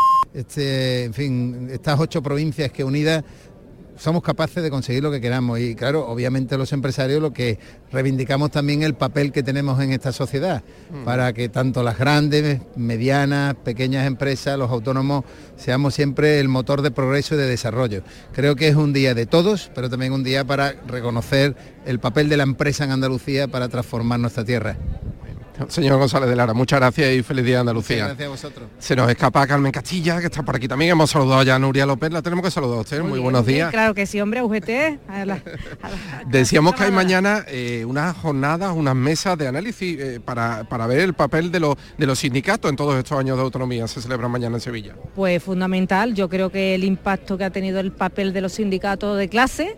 estas 8 provincias que unidas somos capaces de conseguir lo que queramos. Y claro, obviamente los empresarios lo que reivindicamos también el papel que tenemos en esta sociedad, para que tanto las grandes, medianas, pequeñas empresas, los autónomos, seamos siempre el motor de progreso y de desarrollo. Creo que es un día de todos, pero también un día para reconocer el papel de la empresa en Andalucía para transformar nuestra tierra. Señor González de Lara, muchas gracias y feliz día de Andalucía. Muchas gracias a vosotros. Se nos escapa Carmen Castilla, que está por aquí también. Hemos saludado ya a Nuria López, la tenemos que saludar a usted. Muy buenos días. Claro que sí, hombre, UGT. Decíamos que hay mañana unas jornadas, unas mesas de análisis para ver el papel de los sindicatos en todos estos años de autonomía. Se celebran mañana en Sevilla. Pues fundamental, yo creo que el impacto que ha tenido el papel de los sindicatos de clase,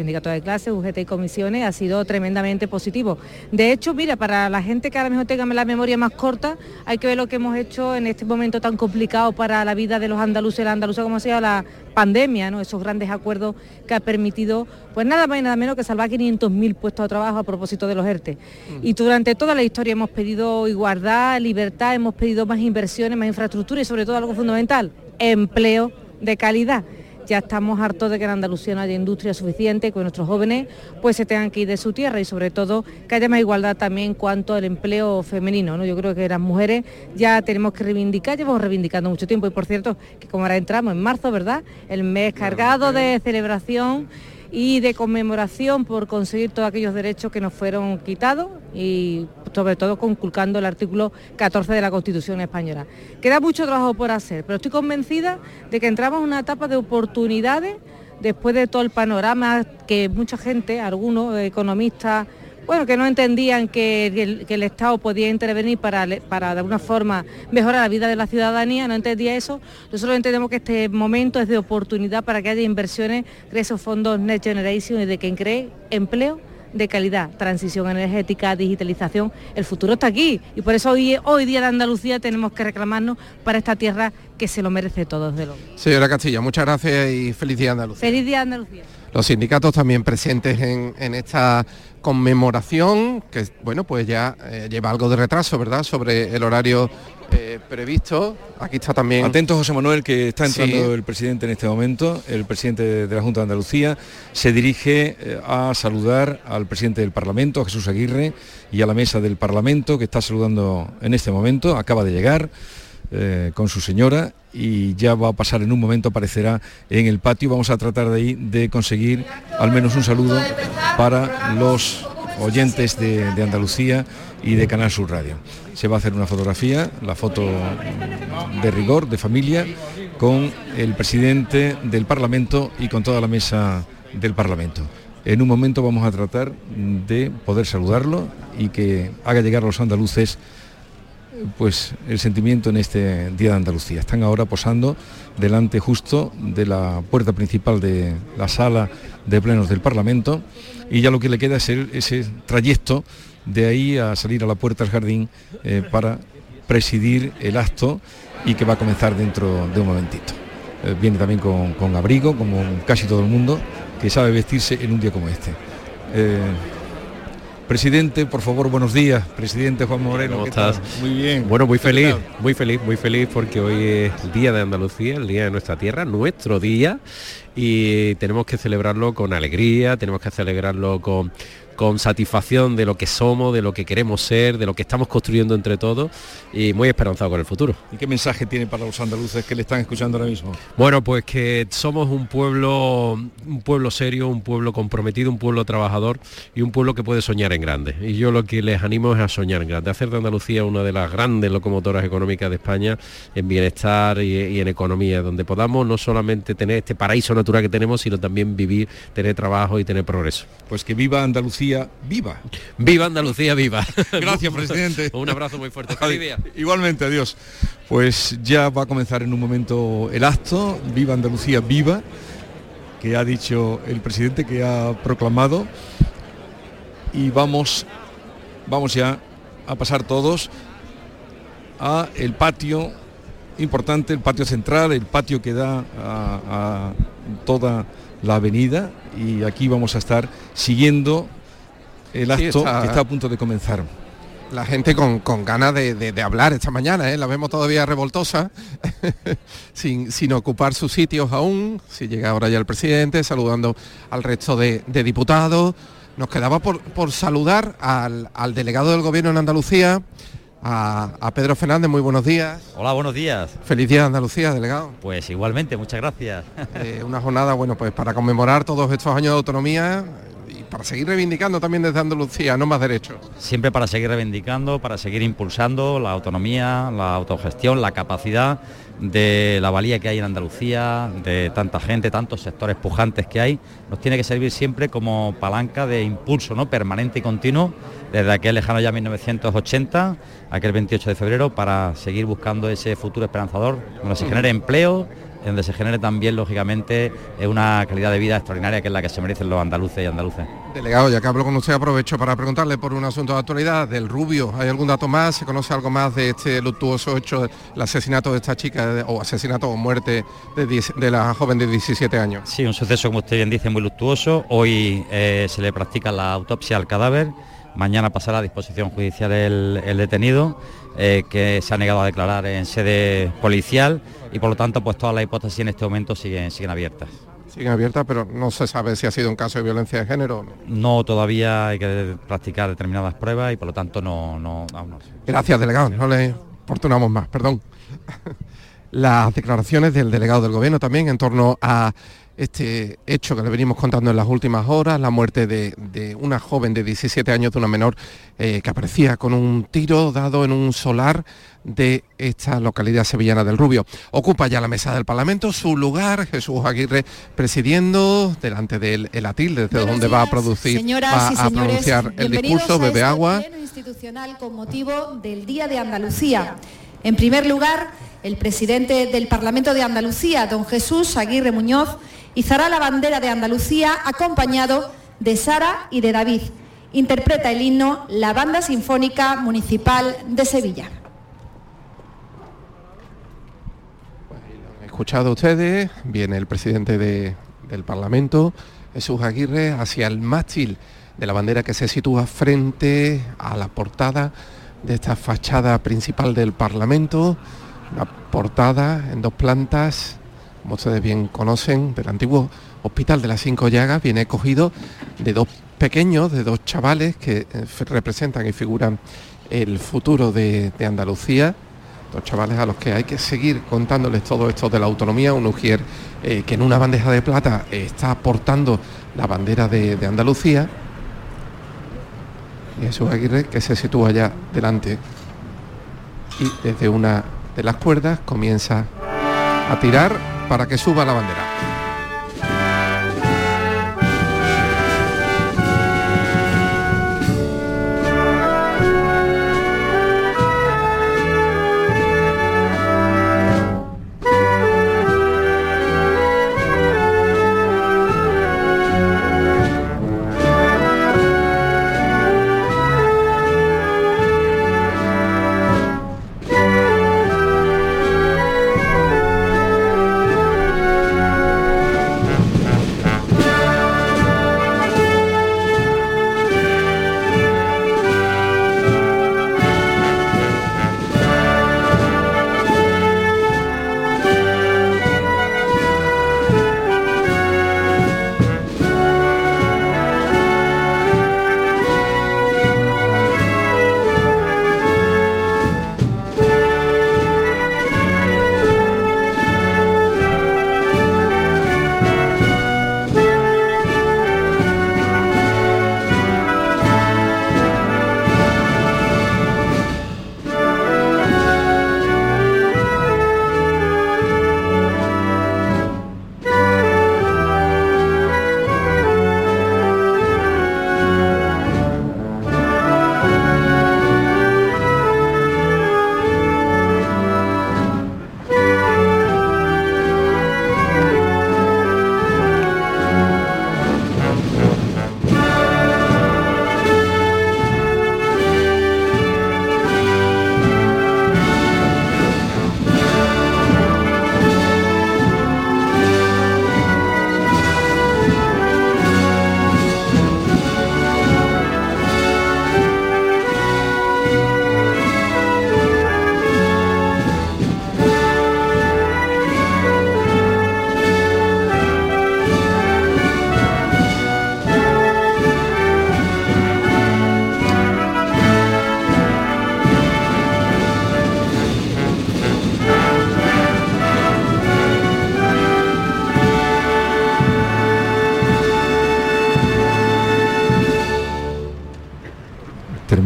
UGT y comisiones, ha sido tremendamente positivo. De hecho, mira, para la gente que ahora mismo tenga la memoria más corta, hay que ver lo que hemos hecho en este momento tan complicado para la vida de los andaluces y las andaluzas, como ha sido la pandemia, ¿no? Esos grandes acuerdos que ha permitido, pues nada más y nada menos que salvar 500.000 puestos de trabajo a propósito de los ERTE. Y durante toda la historia hemos pedido igualdad, libertad, hemos pedido más inversiones, más infraestructura y sobre todo algo fundamental, empleo de calidad. Ya estamos hartos de que en Andalucía no haya industria suficiente, que nuestros jóvenes pues se tengan que ir de su tierra y sobre todo que haya más igualdad también en cuanto al empleo femenino, ¿no? Yo creo que las mujeres ya tenemos que reivindicar, llevamos reivindicando mucho tiempo y por cierto que como ahora entramos en marzo, ¿verdad? El mes cargado de celebración y de conmemoración por conseguir todos aquellos derechos que nos fueron quitados y sobre todo conculcando el artículo 14 de la Constitución española. Queda mucho trabajo por hacer, pero estoy convencida de que entramos en una etapa de oportunidades después de todo el panorama que mucha gente, algunos economistas, que no entendían que el Estado podía intervenir para de alguna forma mejorar la vida de la ciudadanía, no entendía eso. Nosotros entendemos que este momento es de oportunidad para que haya inversiones de esos fondos Next Generation y de quien cree empleo de calidad, transición energética, digitalización. El futuro está aquí y por eso hoy día de Andalucía tenemos que reclamarnos para esta tierra que se lo merece todo, desde luego. Señora Castilla, muchas gracias y feliz día de Andalucía. Feliz día de Andalucía. Los sindicatos también presentes en esta conmemoración, que pues ya lleva algo de retraso, ¿verdad?, sobre el horario previsto. Aquí está también... Atento, José Manuel, que está entrando el presidente en este momento, el presidente de la Junta de Andalucía, se dirige a saludar al presidente del Parlamento, a Jesús Aguirre, y a la mesa del Parlamento, que está saludando en este momento, acaba de llegar con su señora, y ya va a pasar en un momento, aparecerá en el patio. Vamos a tratar de ahí de conseguir al menos un saludo para los oyentes de Andalucía y de Canal Sur Radio. Se va a hacer una fotografía, la foto de rigor, de familia, con el presidente del Parlamento y con toda la mesa del Parlamento. En un momento vamos a tratar de poder saludarlo y que haga llegar a los andaluces pues el sentimiento en este Día de Andalucía. Están ahora posando delante justo de la puerta principal de la sala de plenos del Parlamento y ya lo que le queda es ese trayecto de ahí a salir a la puerta del jardín para presidir el acto y que va a comenzar dentro de un momentito. Viene también con abrigo, como casi todo el mundo, que sabe vestirse en un día como este. Presidente, por favor, buenos días. Presidente Juan Moreno, ¿cómo estás? Muy bien. Bueno, muy feliz porque hoy es el Día de Andalucía, el Día de nuestra tierra, nuestro día. y tenemos que celebrarlo con alegría, tenemos que celebrarlo con satisfacción de lo que somos, de lo que queremos ser, de lo que estamos construyendo entre todos y muy esperanzado con el futuro. ¿Y qué mensaje tiene para los andaluces que le están escuchando ahora mismo? Bueno, pues que somos un pueblo serio, un pueblo comprometido, un pueblo trabajador y un pueblo que puede soñar en grande. Y yo lo que les animo es a soñar en grande, a hacer de Andalucía una de las grandes locomotoras económicas de España en bienestar y en economía, donde podamos no solamente tener este paraíso natural que tenemos, sino también vivir, tener trabajo y tener progreso. Pues que viva Andalucía. Viva. Viva Andalucía, viva. Gracias, presidente. Un abrazo muy fuerte. Feliz día. Igualmente, adiós. Pues ya va a comenzar en un momento el acto. Viva Andalucía, viva, que ha dicho el presidente, que ha proclamado. Y vamos ya a pasar todos a el patio importante, el patio central, el patio que da a toda la avenida, y aquí vamos a estar siguiendo el acto que está a punto de comenzar. La gente con ganas de hablar esta mañana, la vemos todavía revoltosa, sin ocupar sus sitios aún. Si llega ahora ya el presidente, saludando al resto de diputados. Nos quedaba por saludar al delegado del Gobierno en Andalucía, a Pedro Fernández. Muy buenos días. Hola, buenos días. Feliz día de Andalucía, delegado. Pues igualmente, muchas gracias. Una jornada, bueno, pues para conmemorar todos estos años de autonomía y para seguir reivindicando también desde Andalucía, no más derechos. Siempre para seguir reivindicando, para seguir impulsando la autonomía, la autogestión, la capacidad de la valía que hay en Andalucía, de tanta gente, tantos sectores pujantes que hay, nos tiene que servir siempre como palanca de impulso, ¿no?, permanente y continuo, desde aquel lejano ya 1980, aquel 28 de febrero, para seguir buscando ese futuro esperanzador, donde se genere empleo, donde se genere también, lógicamente, una calidad de vida extraordinaria, que es la que se merecen los andaluces y andaluces. Delegado, ya que hablo con usted, aprovecho para preguntarle por un asunto de actualidad del Rubio. ¿Hay algún dato más? ¿Se conoce algo más de este luctuoso hecho, el asesinato de esta chica, o asesinato o muerte de la joven de 17 años? Sí, un suceso, como usted bien dice, muy luctuoso. Hoy se le practica la autopsia al cadáver. Mañana pasará a disposición judicial el detenido, que se ha negado a declarar en sede policial, y por lo tanto pues todas las hipótesis en este momento siguen abiertas. Siguen abiertas, pero no se sabe si ha sido un caso de violencia de género o no. No, todavía hay que practicar determinadas pruebas y por lo tanto no aún no. Gracias, delegado, no le importunamos más, perdón. Las declaraciones del delegado del Gobierno también en torno a este hecho que le venimos contando en las últimas horas, la muerte de una joven de 17 años, de una menor, que aparecía con un tiro dado en un solar de esta localidad sevillana del Rubio. Ocupa ya la mesa del Parlamento su lugar Jesús Aguirre, presidiendo delante del atil, desde donde va a pronunciar el discurso. Bebe agua. Pleno institucional con motivo del Día de Andalucía. En primer lugar, el presidente del Parlamento de Andalucía, don Jesús Aguirre Muñoz, izará la bandera de Andalucía acompañado de Sara y de David. Interpreta el himno la Banda Sinfónica Municipal de Sevilla. Han escuchado ustedes, viene el presidente del Parlamento, Jesús Aguirre, hacia el mástil de la bandera que se sitúa frente a la portada de esta fachada principal del Parlamento, una portada en dos plantas, como ustedes bien conocen, del antiguo Hospital de las Cinco Llagas. Viene cogido de dos chavales que representan y figuran el futuro de Andalucía, dos chavales a los que hay que seguir contándoles todo esto de la autonomía. Un ujier que en una bandeja de plata está portando la bandera de Andalucía, y Jesús Aguirre, que se sitúa ya delante y desde una de las cuerdas comienza a tirar para que suba la bandera.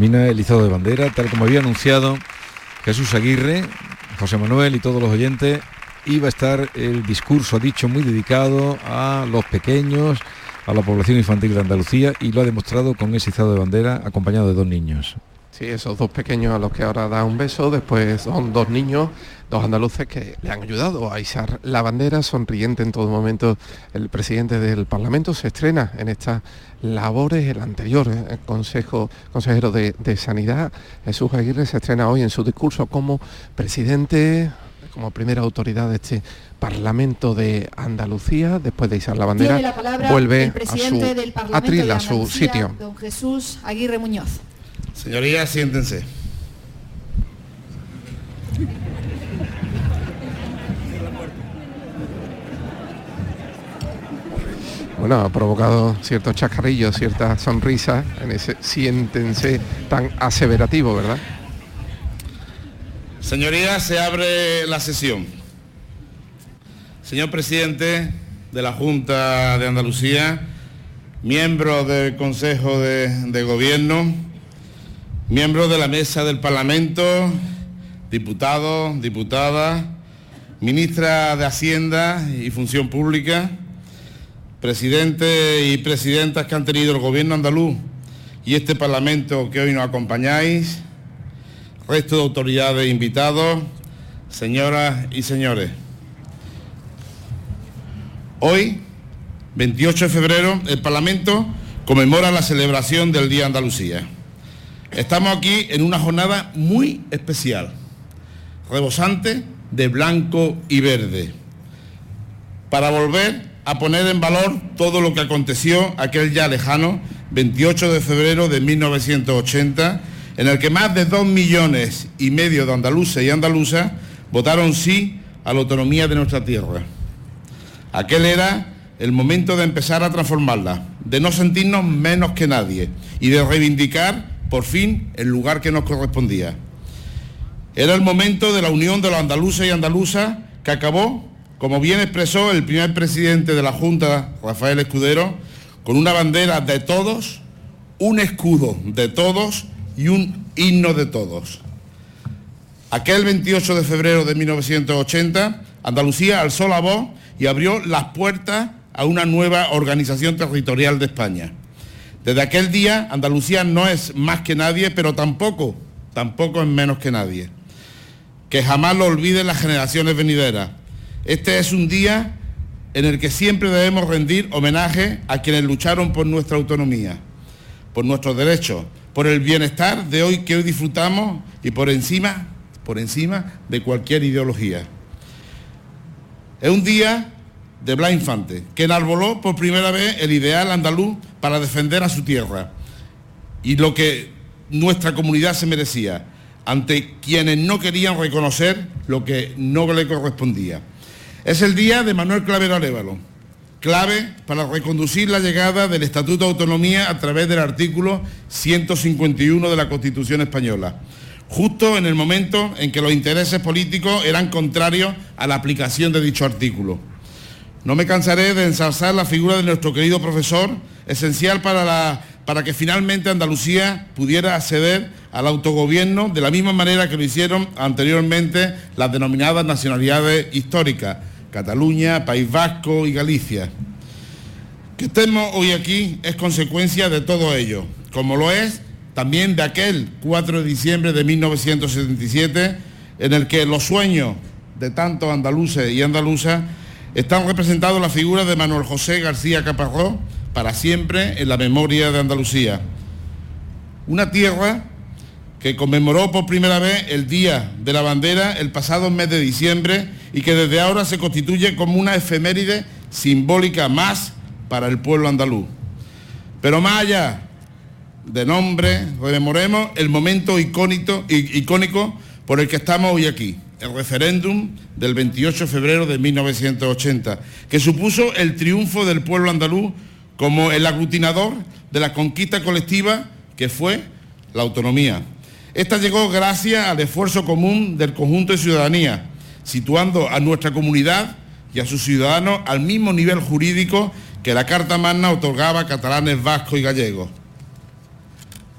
termina el izado de bandera, tal como había anunciado Jesús Aguirre, José Manuel y todos los oyentes. Iba a estar el discurso, ha dicho, muy dedicado a los pequeños, a la población infantil de Andalucía, y lo ha demostrado con ese izado de bandera acompañado de 2 niños. Sí, esos 2 pequeños a los que ahora da un beso, después son 2 niños, 2 andaluces que le han ayudado a izar la bandera, sonriente en todo momento. El presidente del Parlamento se estrena en estas labores, el anterior consejero de Sanidad, Jesús Aguirre, se estrena hoy en su discurso como presidente, como primera autoridad de este Parlamento de Andalucía. Después de izar la bandera, vuelve a su atril, a su sitio. Don Jesús Aguirre Muñoz. Señorías, siéntense. Bueno, ha provocado ciertos chascarrillos, ciertas sonrisas en ese siéntense tan aseverativo, ¿verdad? Señorías, se abre la sesión. Señor presidente de la Junta de Andalucía, miembros del Consejo de Gobierno, miembros de la Mesa del Parlamento, diputados, diputadas, ministra de Hacienda y Función Pública, presidentes y presidentas que han tenido el Gobierno andaluz y este Parlamento que hoy nos acompañáis, resto de autoridades invitados, señoras y señores. Hoy, 28 de febrero, el Parlamento conmemora la celebración del Día de Andalucía. Estamos aquí en una jornada muy especial, rebosante de blanco y verde, para volver a poner en valor todo lo que aconteció aquel ya lejano 28 de febrero de 1980, en el que más de 2,5 millones de andaluces y andaluzas votaron sí a la autonomía de nuestra tierra. Aquel era el momento de empezar a transformarla, de no sentirnos menos que nadie y de reivindicar por fin el lugar que nos correspondía. Era el momento de la unión de los andaluces y andaluzas que acabó, como bien expresó el primer presidente de la Junta, Rafael Escudero, con una bandera de todos, un escudo de todos y un himno de todos. Aquel 28 de febrero de 1980, Andalucía alzó la voz y abrió las puertas a una nueva organización territorial de España. Desde aquel día, Andalucía no es más que nadie, pero tampoco es menos que nadie. Que jamás lo olviden las generaciones venideras. Este es un día en el que siempre debemos rendir homenaje a quienes lucharon por nuestra autonomía, por nuestros derechos, por el bienestar de hoy que hoy disfrutamos y por encima de cualquier ideología. Es un día de Blas Infante, que enarboló por primera vez el ideal andaluz para defender a su tierra y lo que nuestra comunidad se merecía, ante quienes no querían reconocer lo que no le correspondía. Es el día de Manuel Clavero Arévalo, clave para reconducir la llegada del Estatuto de Autonomía a través del artículo 151 de la Constitución Española, justo en el momento en que los intereses políticos eran contrarios a la aplicación de dicho artículo. No me cansaré de ensalzar la figura de nuestro querido profesor, esencial para que finalmente Andalucía pudiera acceder al autogobierno de la misma manera que lo hicieron anteriormente las denominadas nacionalidades históricas, Cataluña, País Vasco y Galicia. Que estemos hoy aquí es consecuencia de todo ello, como lo es también de aquel 4 de diciembre de 1977, en el que los sueños de tantos andaluces y andaluzas están representados en la figura de Manuel José García Caparrós, para siempre en la memoria de Andalucía. Una tierra que conmemoró por primera vez el Día de la Bandera el pasado mes de diciembre y que desde ahora se constituye como una efeméride simbólica más para el pueblo andaluz. Pero más allá de nombre, rememoremos el momento icónico por el que estamos hoy aquí, el referéndum del 28 de febrero de 1980, que supuso el triunfo del pueblo andaluz como el aglutinador de la conquista colectiva que fue la autonomía. Esta llegó gracias al esfuerzo común del conjunto de ciudadanía, situando a nuestra comunidad y a sus ciudadanos al mismo nivel jurídico que la Carta Magna otorgaba a catalanes, vascos y gallegos.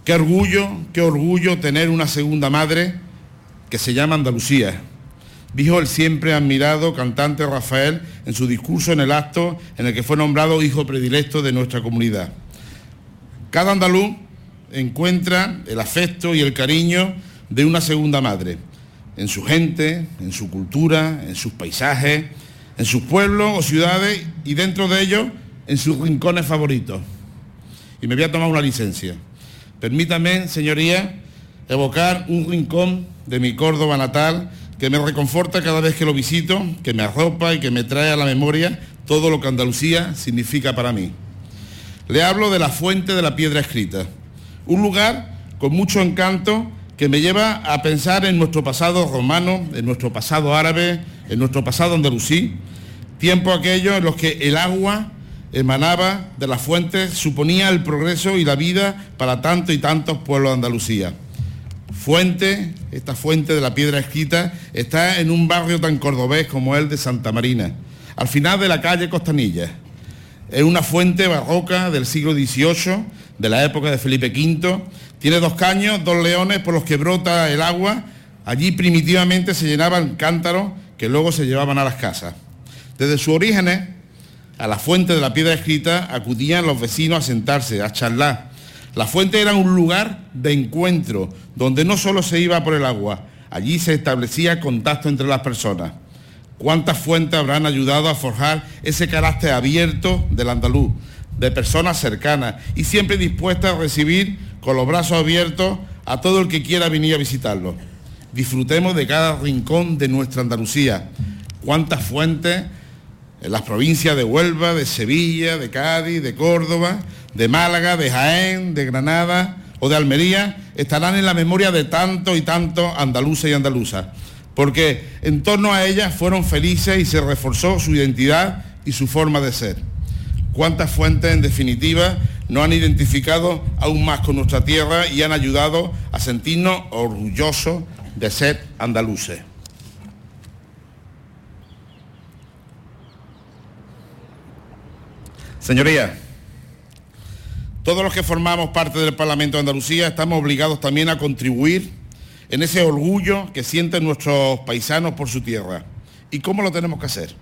Qué orgullo tener una segunda madre que se llama Andalucía, dijo el siempre admirado cantante Rafael en su discurso en el acto en el que fue nombrado hijo predilecto de nuestra comunidad. Cada andaluz encuentra el afecto y el cariño de una segunda madre, en su gente, en su cultura, en sus paisajes, en sus pueblos o ciudades y dentro de ellos en sus rincones favoritos. Y me voy a tomar una licencia. Permítanme, señorías, evocar un rincón de mi Córdoba natal que me reconforta cada vez que lo visito, que me arropa y que me trae a la memoria todo lo que Andalucía significa para mí. Le hablo de la Fuente de la Piedra Escrita, un lugar con mucho encanto que me lleva a pensar en nuestro pasado romano, en nuestro pasado árabe, en nuestro pasado andalusí, tiempos aquellos en los que el agua emanaba de las fuentes, suponía el progreso y la vida para tantos y tantos pueblos de Andalucía. Esta fuente de la Piedra Escrita está en un barrio tan cordobés como el de Santa Marina, al final de la calle Costanilla. Es una fuente barroca del siglo XVIII, de la época de Felipe V. Tiene 2 caños, 2 leones por los que brota el agua. Allí primitivamente se llenaban cántaros que luego se llevaban a las casas. Desde sus orígenes, a la Fuente de la Piedra Escrita acudían los vecinos a sentarse, a charlar. La fuente era un lugar de encuentro, donde no solo se iba por el agua, allí se establecía contacto entre las personas. ¿Cuántas fuentes habrán ayudado a forjar ese carácter abierto del andaluz, de personas cercanas y siempre dispuestas a recibir con los brazos abiertos a todo el que quiera venir a visitarlo? Disfrutemos de cada rincón de nuestra Andalucía. ¿Cuántas fuentes en las provincias de Huelva, de Sevilla, de Cádiz, de Córdoba, de Málaga, de Jaén, de Granada o de Almería estarán en la memoria de tantos y tantos andaluces y andaluzas? Porque en torno a ellas fueron felices y se reforzó su identidad y su forma de ser. ¿Cuántas fuentes, en definitiva, nos han identificado aún más con nuestra tierra y han ayudado a sentirnos orgullosos de ser andaluces? Señorías, todos los que formamos parte del Parlamento de Andalucía estamos obligados también a contribuir en ese orgullo que sienten nuestros paisanos por su tierra. ¿Y cómo lo tenemos que hacer?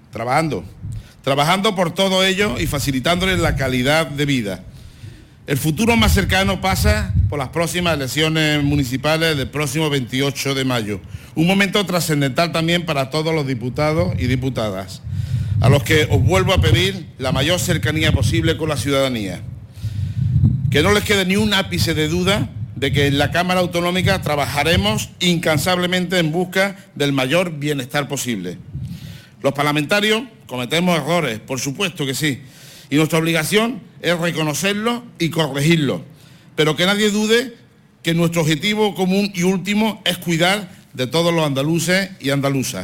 Trabajando por todo ello y facilitándoles la calidad de vida. El futuro más cercano pasa por las próximas elecciones municipales del próximo 28 de mayo. Un momento trascendental también para todos los diputados y diputadas, a los que os vuelvo a pedir la mayor cercanía posible con la ciudadanía. Que no les quede ni un ápice de duda de que en la Cámara Autonómica trabajaremos incansablemente en busca del mayor bienestar posible. Los parlamentarios cometemos errores, por supuesto que sí, y nuestra obligación es reconocerlos y corregirlos, pero que nadie dude que nuestro objetivo común y último es cuidar de todos los andaluces y andaluzas.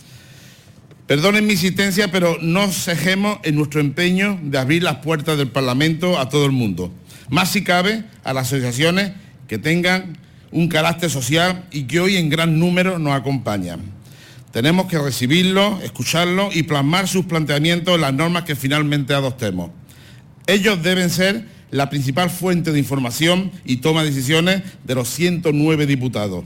Perdonen mi insistencia, pero no cejemos en nuestro empeño de abrir las puertas del Parlamento a todo el mundo, más si cabe a las asociaciones que tengan un carácter social y que hoy en gran número nos acompañan. Tenemos que recibirlos, escucharlos y plasmar sus planteamientos en las normas que finalmente adoptemos. Ellos deben ser la principal fuente de información y toma de decisiones de los 109 diputados.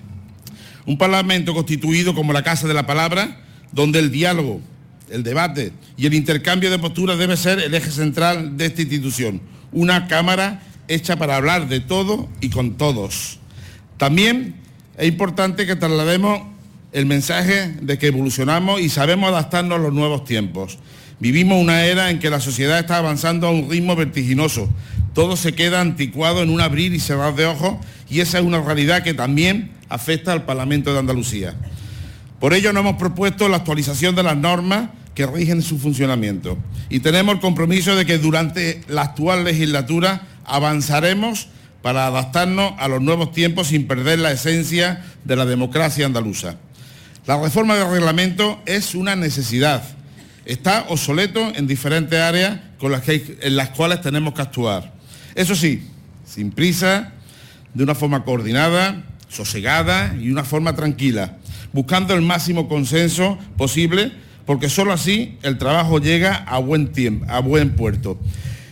Un Parlamento constituido como la Casa de la Palabra, donde el diálogo, el debate y el intercambio de posturas debe ser el eje central de esta institución. Una Cámara hecha para hablar de todo y con todos. También es importante que traslademos el mensaje de que evolucionamos y sabemos adaptarnos a los nuevos tiempos. Vivimos una era en que la sociedad está avanzando a un ritmo vertiginoso. Todo se queda anticuado en un abrir y cerrar de ojos y esa es una realidad que también afecta al Parlamento de Andalucía. Por ello nos hemos propuesto la actualización de las normas que rigen su funcionamiento y tenemos el compromiso de que durante la actual legislatura avanzaremos para adaptarnos a los nuevos tiempos sin perder la esencia de la democracia andaluza. La reforma del reglamento es una necesidad. Está obsoleto en diferentes áreas en las cuales tenemos que actuar. Eso sí, sin prisa, de una forma coordinada, sosegada y una forma tranquila, buscando el máximo consenso posible, porque solo así el trabajo llega a buen puerto.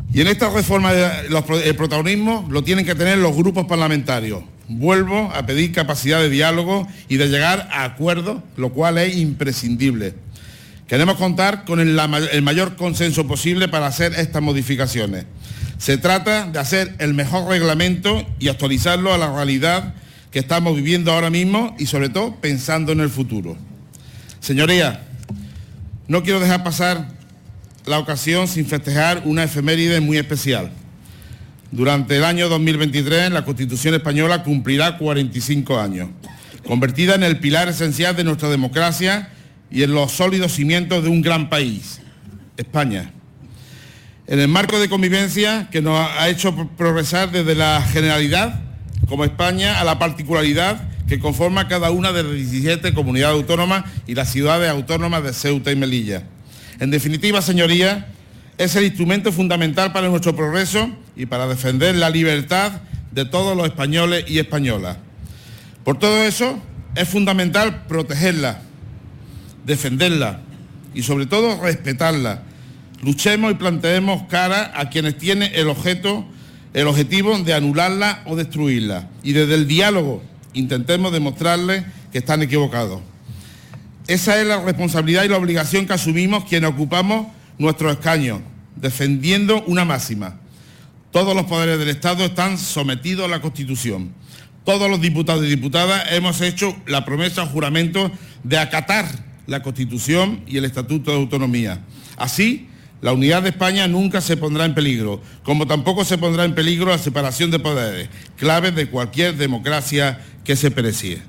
Y en esta reforma el protagonismo lo tienen que tener los grupos parlamentarios. Vuelvo a pedir capacidad de diálogo y de llegar a acuerdos, lo cual es imprescindible. Queremos contar con el mayor consenso posible para hacer estas modificaciones. Se trata de hacer el mejor reglamento y actualizarlo a la realidad que estamos viviendo ahora mismo y sobre todo pensando en el futuro. Señorías, no quiero dejar pasar la ocasión sin festejar una efeméride muy especial. Durante el año 2023 la Constitución española cumplirá 45 años, convertida en el pilar esencial de nuestra democracia y en los sólidos cimientos de un gran país, España. En el marco de convivencia que nos ha hecho progresar desde la generalidad como España a la particularidad que conforma cada una de las 17 comunidades autónomas y las ciudades autónomas de Ceuta y Melilla. En definitiva, señorías, es el instrumento fundamental para nuestro progreso y para defender la libertad de todos los españoles y españolas. Por todo eso, es fundamental protegerla, defenderla y sobre todo respetarla. Luchemos y planteemos cara a quienes tienen el objetivo de anularla o destruirla. Y desde el diálogo intentemos demostrarles que están equivocados. Esa es la responsabilidad y la obligación que asumimos quienes ocupamos nuestros escaños, defendiendo una máxima. Todos los poderes del Estado están sometidos a la Constitución. Todos los diputados y diputadas hemos hecho la promesa o juramento de acatar la Constitución y el Estatuto de Autonomía. Así, la unidad de España nunca se pondrá en peligro, como tampoco se pondrá en peligro la separación de poderes, clave de cualquier democracia que se precie.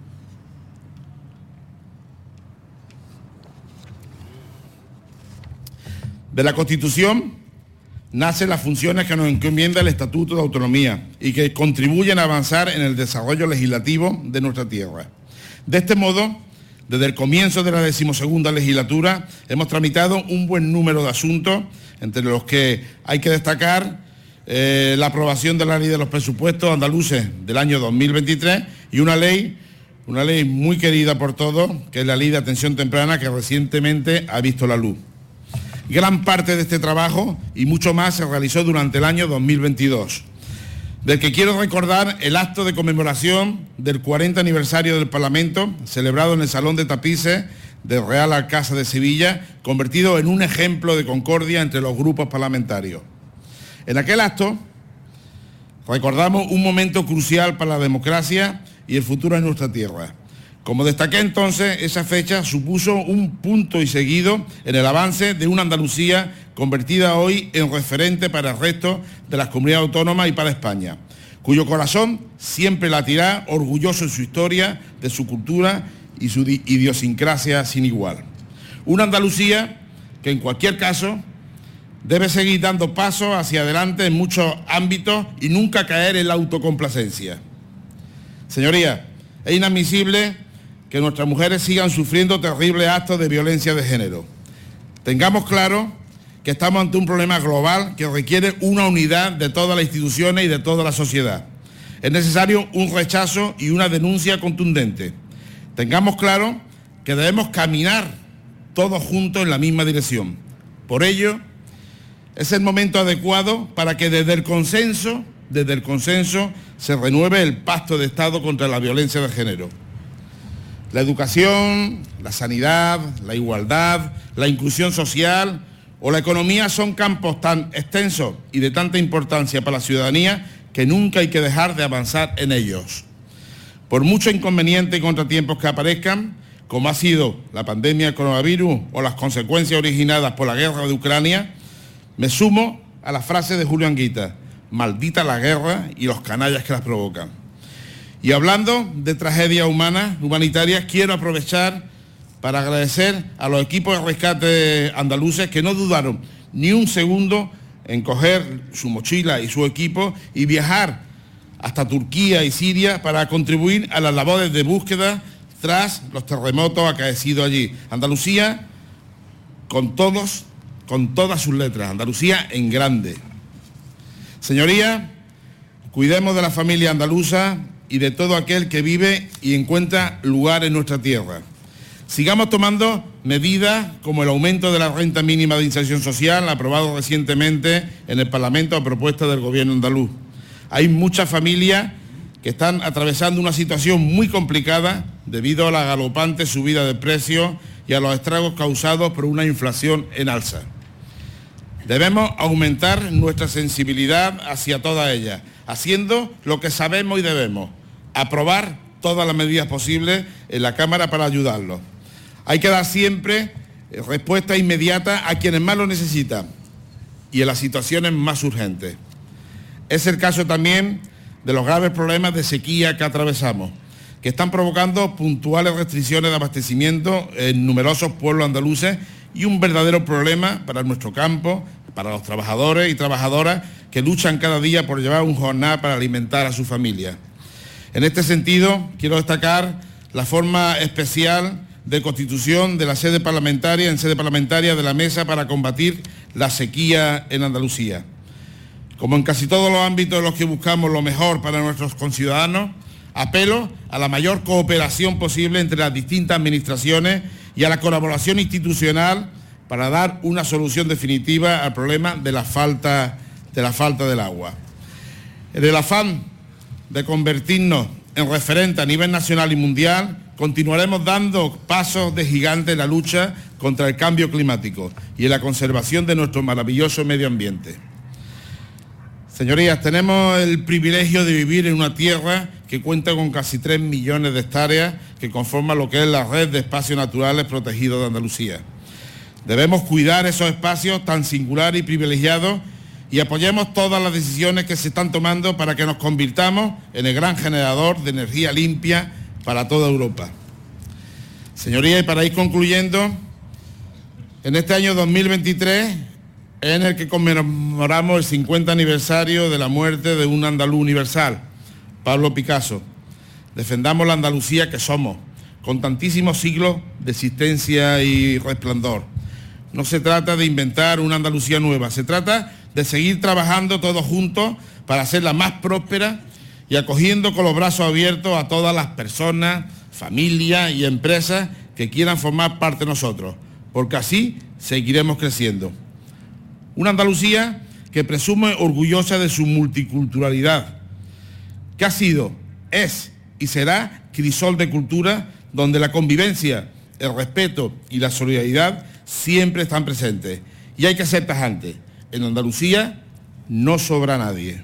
De la Constitución nacen las funciones que nos encomienda el Estatuto de Autonomía y que contribuyen a avanzar en el desarrollo legislativo de nuestra tierra. De este modo, desde el comienzo de la 12ª legislatura hemos tramitado un buen número de asuntos, entre los que hay que destacar la aprobación de la Ley de los Presupuestos Andaluces del año 2023 y una ley muy querida por todos, que es la Ley de Atención Temprana, que recientemente ha visto la luz. Gran parte de este trabajo y mucho más se realizó durante el año 2022, del que quiero recordar el acto de conmemoración del 40 aniversario del Parlamento, celebrado en el Salón de Tapices del Real Alcázar de Sevilla, convertido en un ejemplo de concordia entre los grupos parlamentarios. En aquel acto recordamos un momento crucial para la democracia y el futuro de nuestra tierra. Como destaqué entonces, esa fecha supuso un punto y seguido en el avance de una Andalucía convertida hoy en referente para el resto de las comunidades autónomas y para España, cuyo corazón siempre latirá orgulloso de su historia, de su cultura y su idiosincrasia sin igual. Una Andalucía que en cualquier caso debe seguir dando pasos hacia adelante en muchos ámbitos y nunca caer en la autocomplacencia. Señorías, es inadmisible que nuestras mujeres sigan sufriendo terribles actos de violencia de género. Tengamos claro que estamos ante un problema global que requiere una unidad de todas las instituciones y de toda la sociedad. Es necesario un rechazo y una denuncia contundente. Tengamos claro que debemos caminar todos juntos en la misma dirección. Por ello, es el momento adecuado para que desde el consenso se renueve el pacto de Estado contra la violencia de género. La educación, la sanidad, la igualdad, la inclusión social o la economía son campos tan extensos y de tanta importancia para la ciudadanía que nunca hay que dejar de avanzar en ellos. Por muchos inconvenientes y contratiempos que aparezcan, como ha sido la pandemia del coronavirus o las consecuencias originadas por la guerra de Ucrania, me sumo a la frase de Julio Anguita: maldita la guerra y los canallas que las provocan. Y hablando de tragedias humanitarias, quiero aprovechar para agradecer a los equipos de rescate andaluces que no dudaron ni un segundo en coger su mochila y su equipo y viajar hasta Turquía y Siria para contribuir a las labores de búsqueda tras los terremotos acaecidos allí. Andalucía con todas sus letras, Andalucía en grande. Señorías, cuidemos de la familia andaluza y de todo aquel que vive y encuentra lugar en nuestra tierra. Sigamos tomando medidas como el aumento de la renta mínima de inserción social, aprobado recientemente en el Parlamento a propuesta del Gobierno andaluz. Hay muchas familias que están atravesando una situación muy complicada debido a la galopante subida de precios y a los estragos causados por una inflación en alza. Debemos aumentar nuestra sensibilidad hacia todas ellas, haciendo lo que sabemos y debemos, aprobar todas las medidas posibles en la Cámara para ayudarlos. Hay que dar siempre respuesta inmediata a quienes más lo necesitan y en las situaciones más urgentes. Es el caso también de los graves problemas de sequía que atravesamos, que están provocando puntuales restricciones de abastecimiento en numerosos pueblos andaluces y un verdadero problema para nuestro campo, para los trabajadores y trabajadoras que luchan cada día por llevar un jornal para alimentar a su familia. En este sentido, quiero destacar la forma especial de constitución de la sede parlamentaria de la Mesa para combatir la sequía en Andalucía. Como en casi todos los ámbitos en los que buscamos lo mejor para nuestros conciudadanos, apelo a la mayor cooperación posible entre las distintas administraciones y a la colaboración institucional para dar una solución definitiva al problema de la falta del agua. En el afán de convertirnos en referente a nivel nacional y mundial, continuaremos dando pasos de gigante en la lucha contra el cambio climático y en la conservación de nuestro maravilloso medio ambiente. Señorías, tenemos el privilegio de vivir en una tierra que cuenta con casi 3 millones de hectáreas que conforman lo que es la red de espacios naturales protegidos de Andalucía. Debemos cuidar esos espacios tan singulares y privilegiados y apoyemos todas las decisiones que se están tomando para que nos convirtamos en el gran generador de energía limpia para toda Europa. Señorías, y para ir concluyendo, en este año 2023, en el que conmemoramos el 50 aniversario de la muerte de un andaluz universal, Pablo Picasso, defendamos la Andalucía que somos, con tantísimos siglos de existencia y resplandor. No se trata de inventar una Andalucía nueva, se trata de seguir trabajando todos juntos para hacerla más próspera y acogiendo con los brazos abiertos a todas las personas, familias y empresas que quieran formar parte de nosotros, porque así seguiremos creciendo. Una Andalucía que presume orgullosa de su multiculturalidad, que ha sido, es y será crisol de cultura donde la convivencia, el respeto y la solidaridad siempre están presentes. Y hay que ser tajantes. En Andalucía no sobra nadie.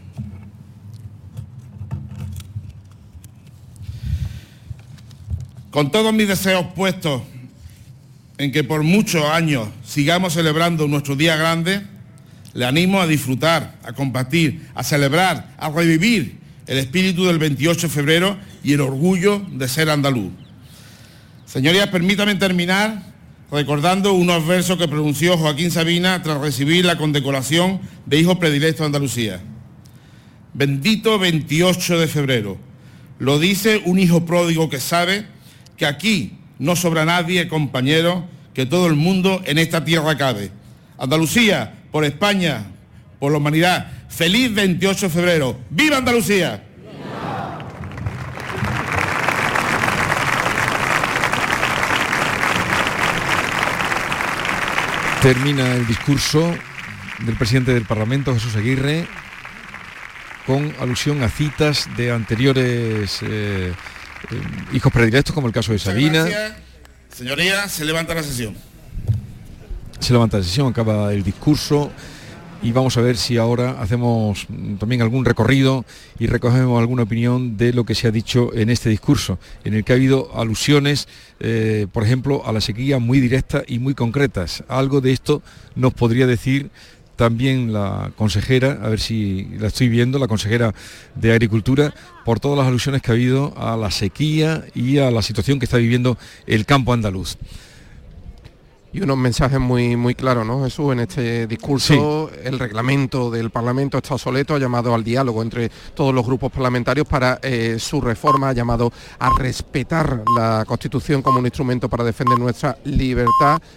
Con todos mis deseos puestos en que por muchos años sigamos celebrando nuestro día grande, le animo a disfrutar, a compartir, a celebrar, a revivir el espíritu del 28 de febrero y el orgullo de ser andaluz. Señorías, permítanme terminar recordando unos versos que pronunció Joaquín Sabina tras recibir la condecoración de Hijo Predilecto de Andalucía. Bendito 28 de febrero, lo dice un hijo pródigo que sabe que aquí no sobra nadie, compañero, que todo el mundo en esta tierra cabe. Andalucía, por España, por la humanidad, feliz 28 de febrero. ¡Viva Andalucía! Termina el discurso del presidente del Parlamento, Jesús Aguirre, con alusión a citas de anteriores hijos predilectos, como el caso de Sabina. Gracias. Señorías, se levanta la sesión. Se levanta la sesión, acaba el discurso y vamos a ver si ahora hacemos también algún recorrido y recogemos alguna opinión de lo que se ha dicho en este discurso, en el que ha habido alusiones, por ejemplo, a la sequía muy directas y muy concretas. Algo de esto nos podría decir también la consejera, a ver si la estoy viendo, la consejera de Agricultura, por todas las alusiones que ha habido a la sequía y a la situación que está viviendo el campo andaluz. Y unos mensajes muy claros, ¿no, Jesús? En este discurso, sí. El reglamento del Parlamento está obsoleto, ha llamado al diálogo entre todos los grupos parlamentarios para su reforma, ha llamado a respetar la Constitución como un instrumento para defender nuestra libertad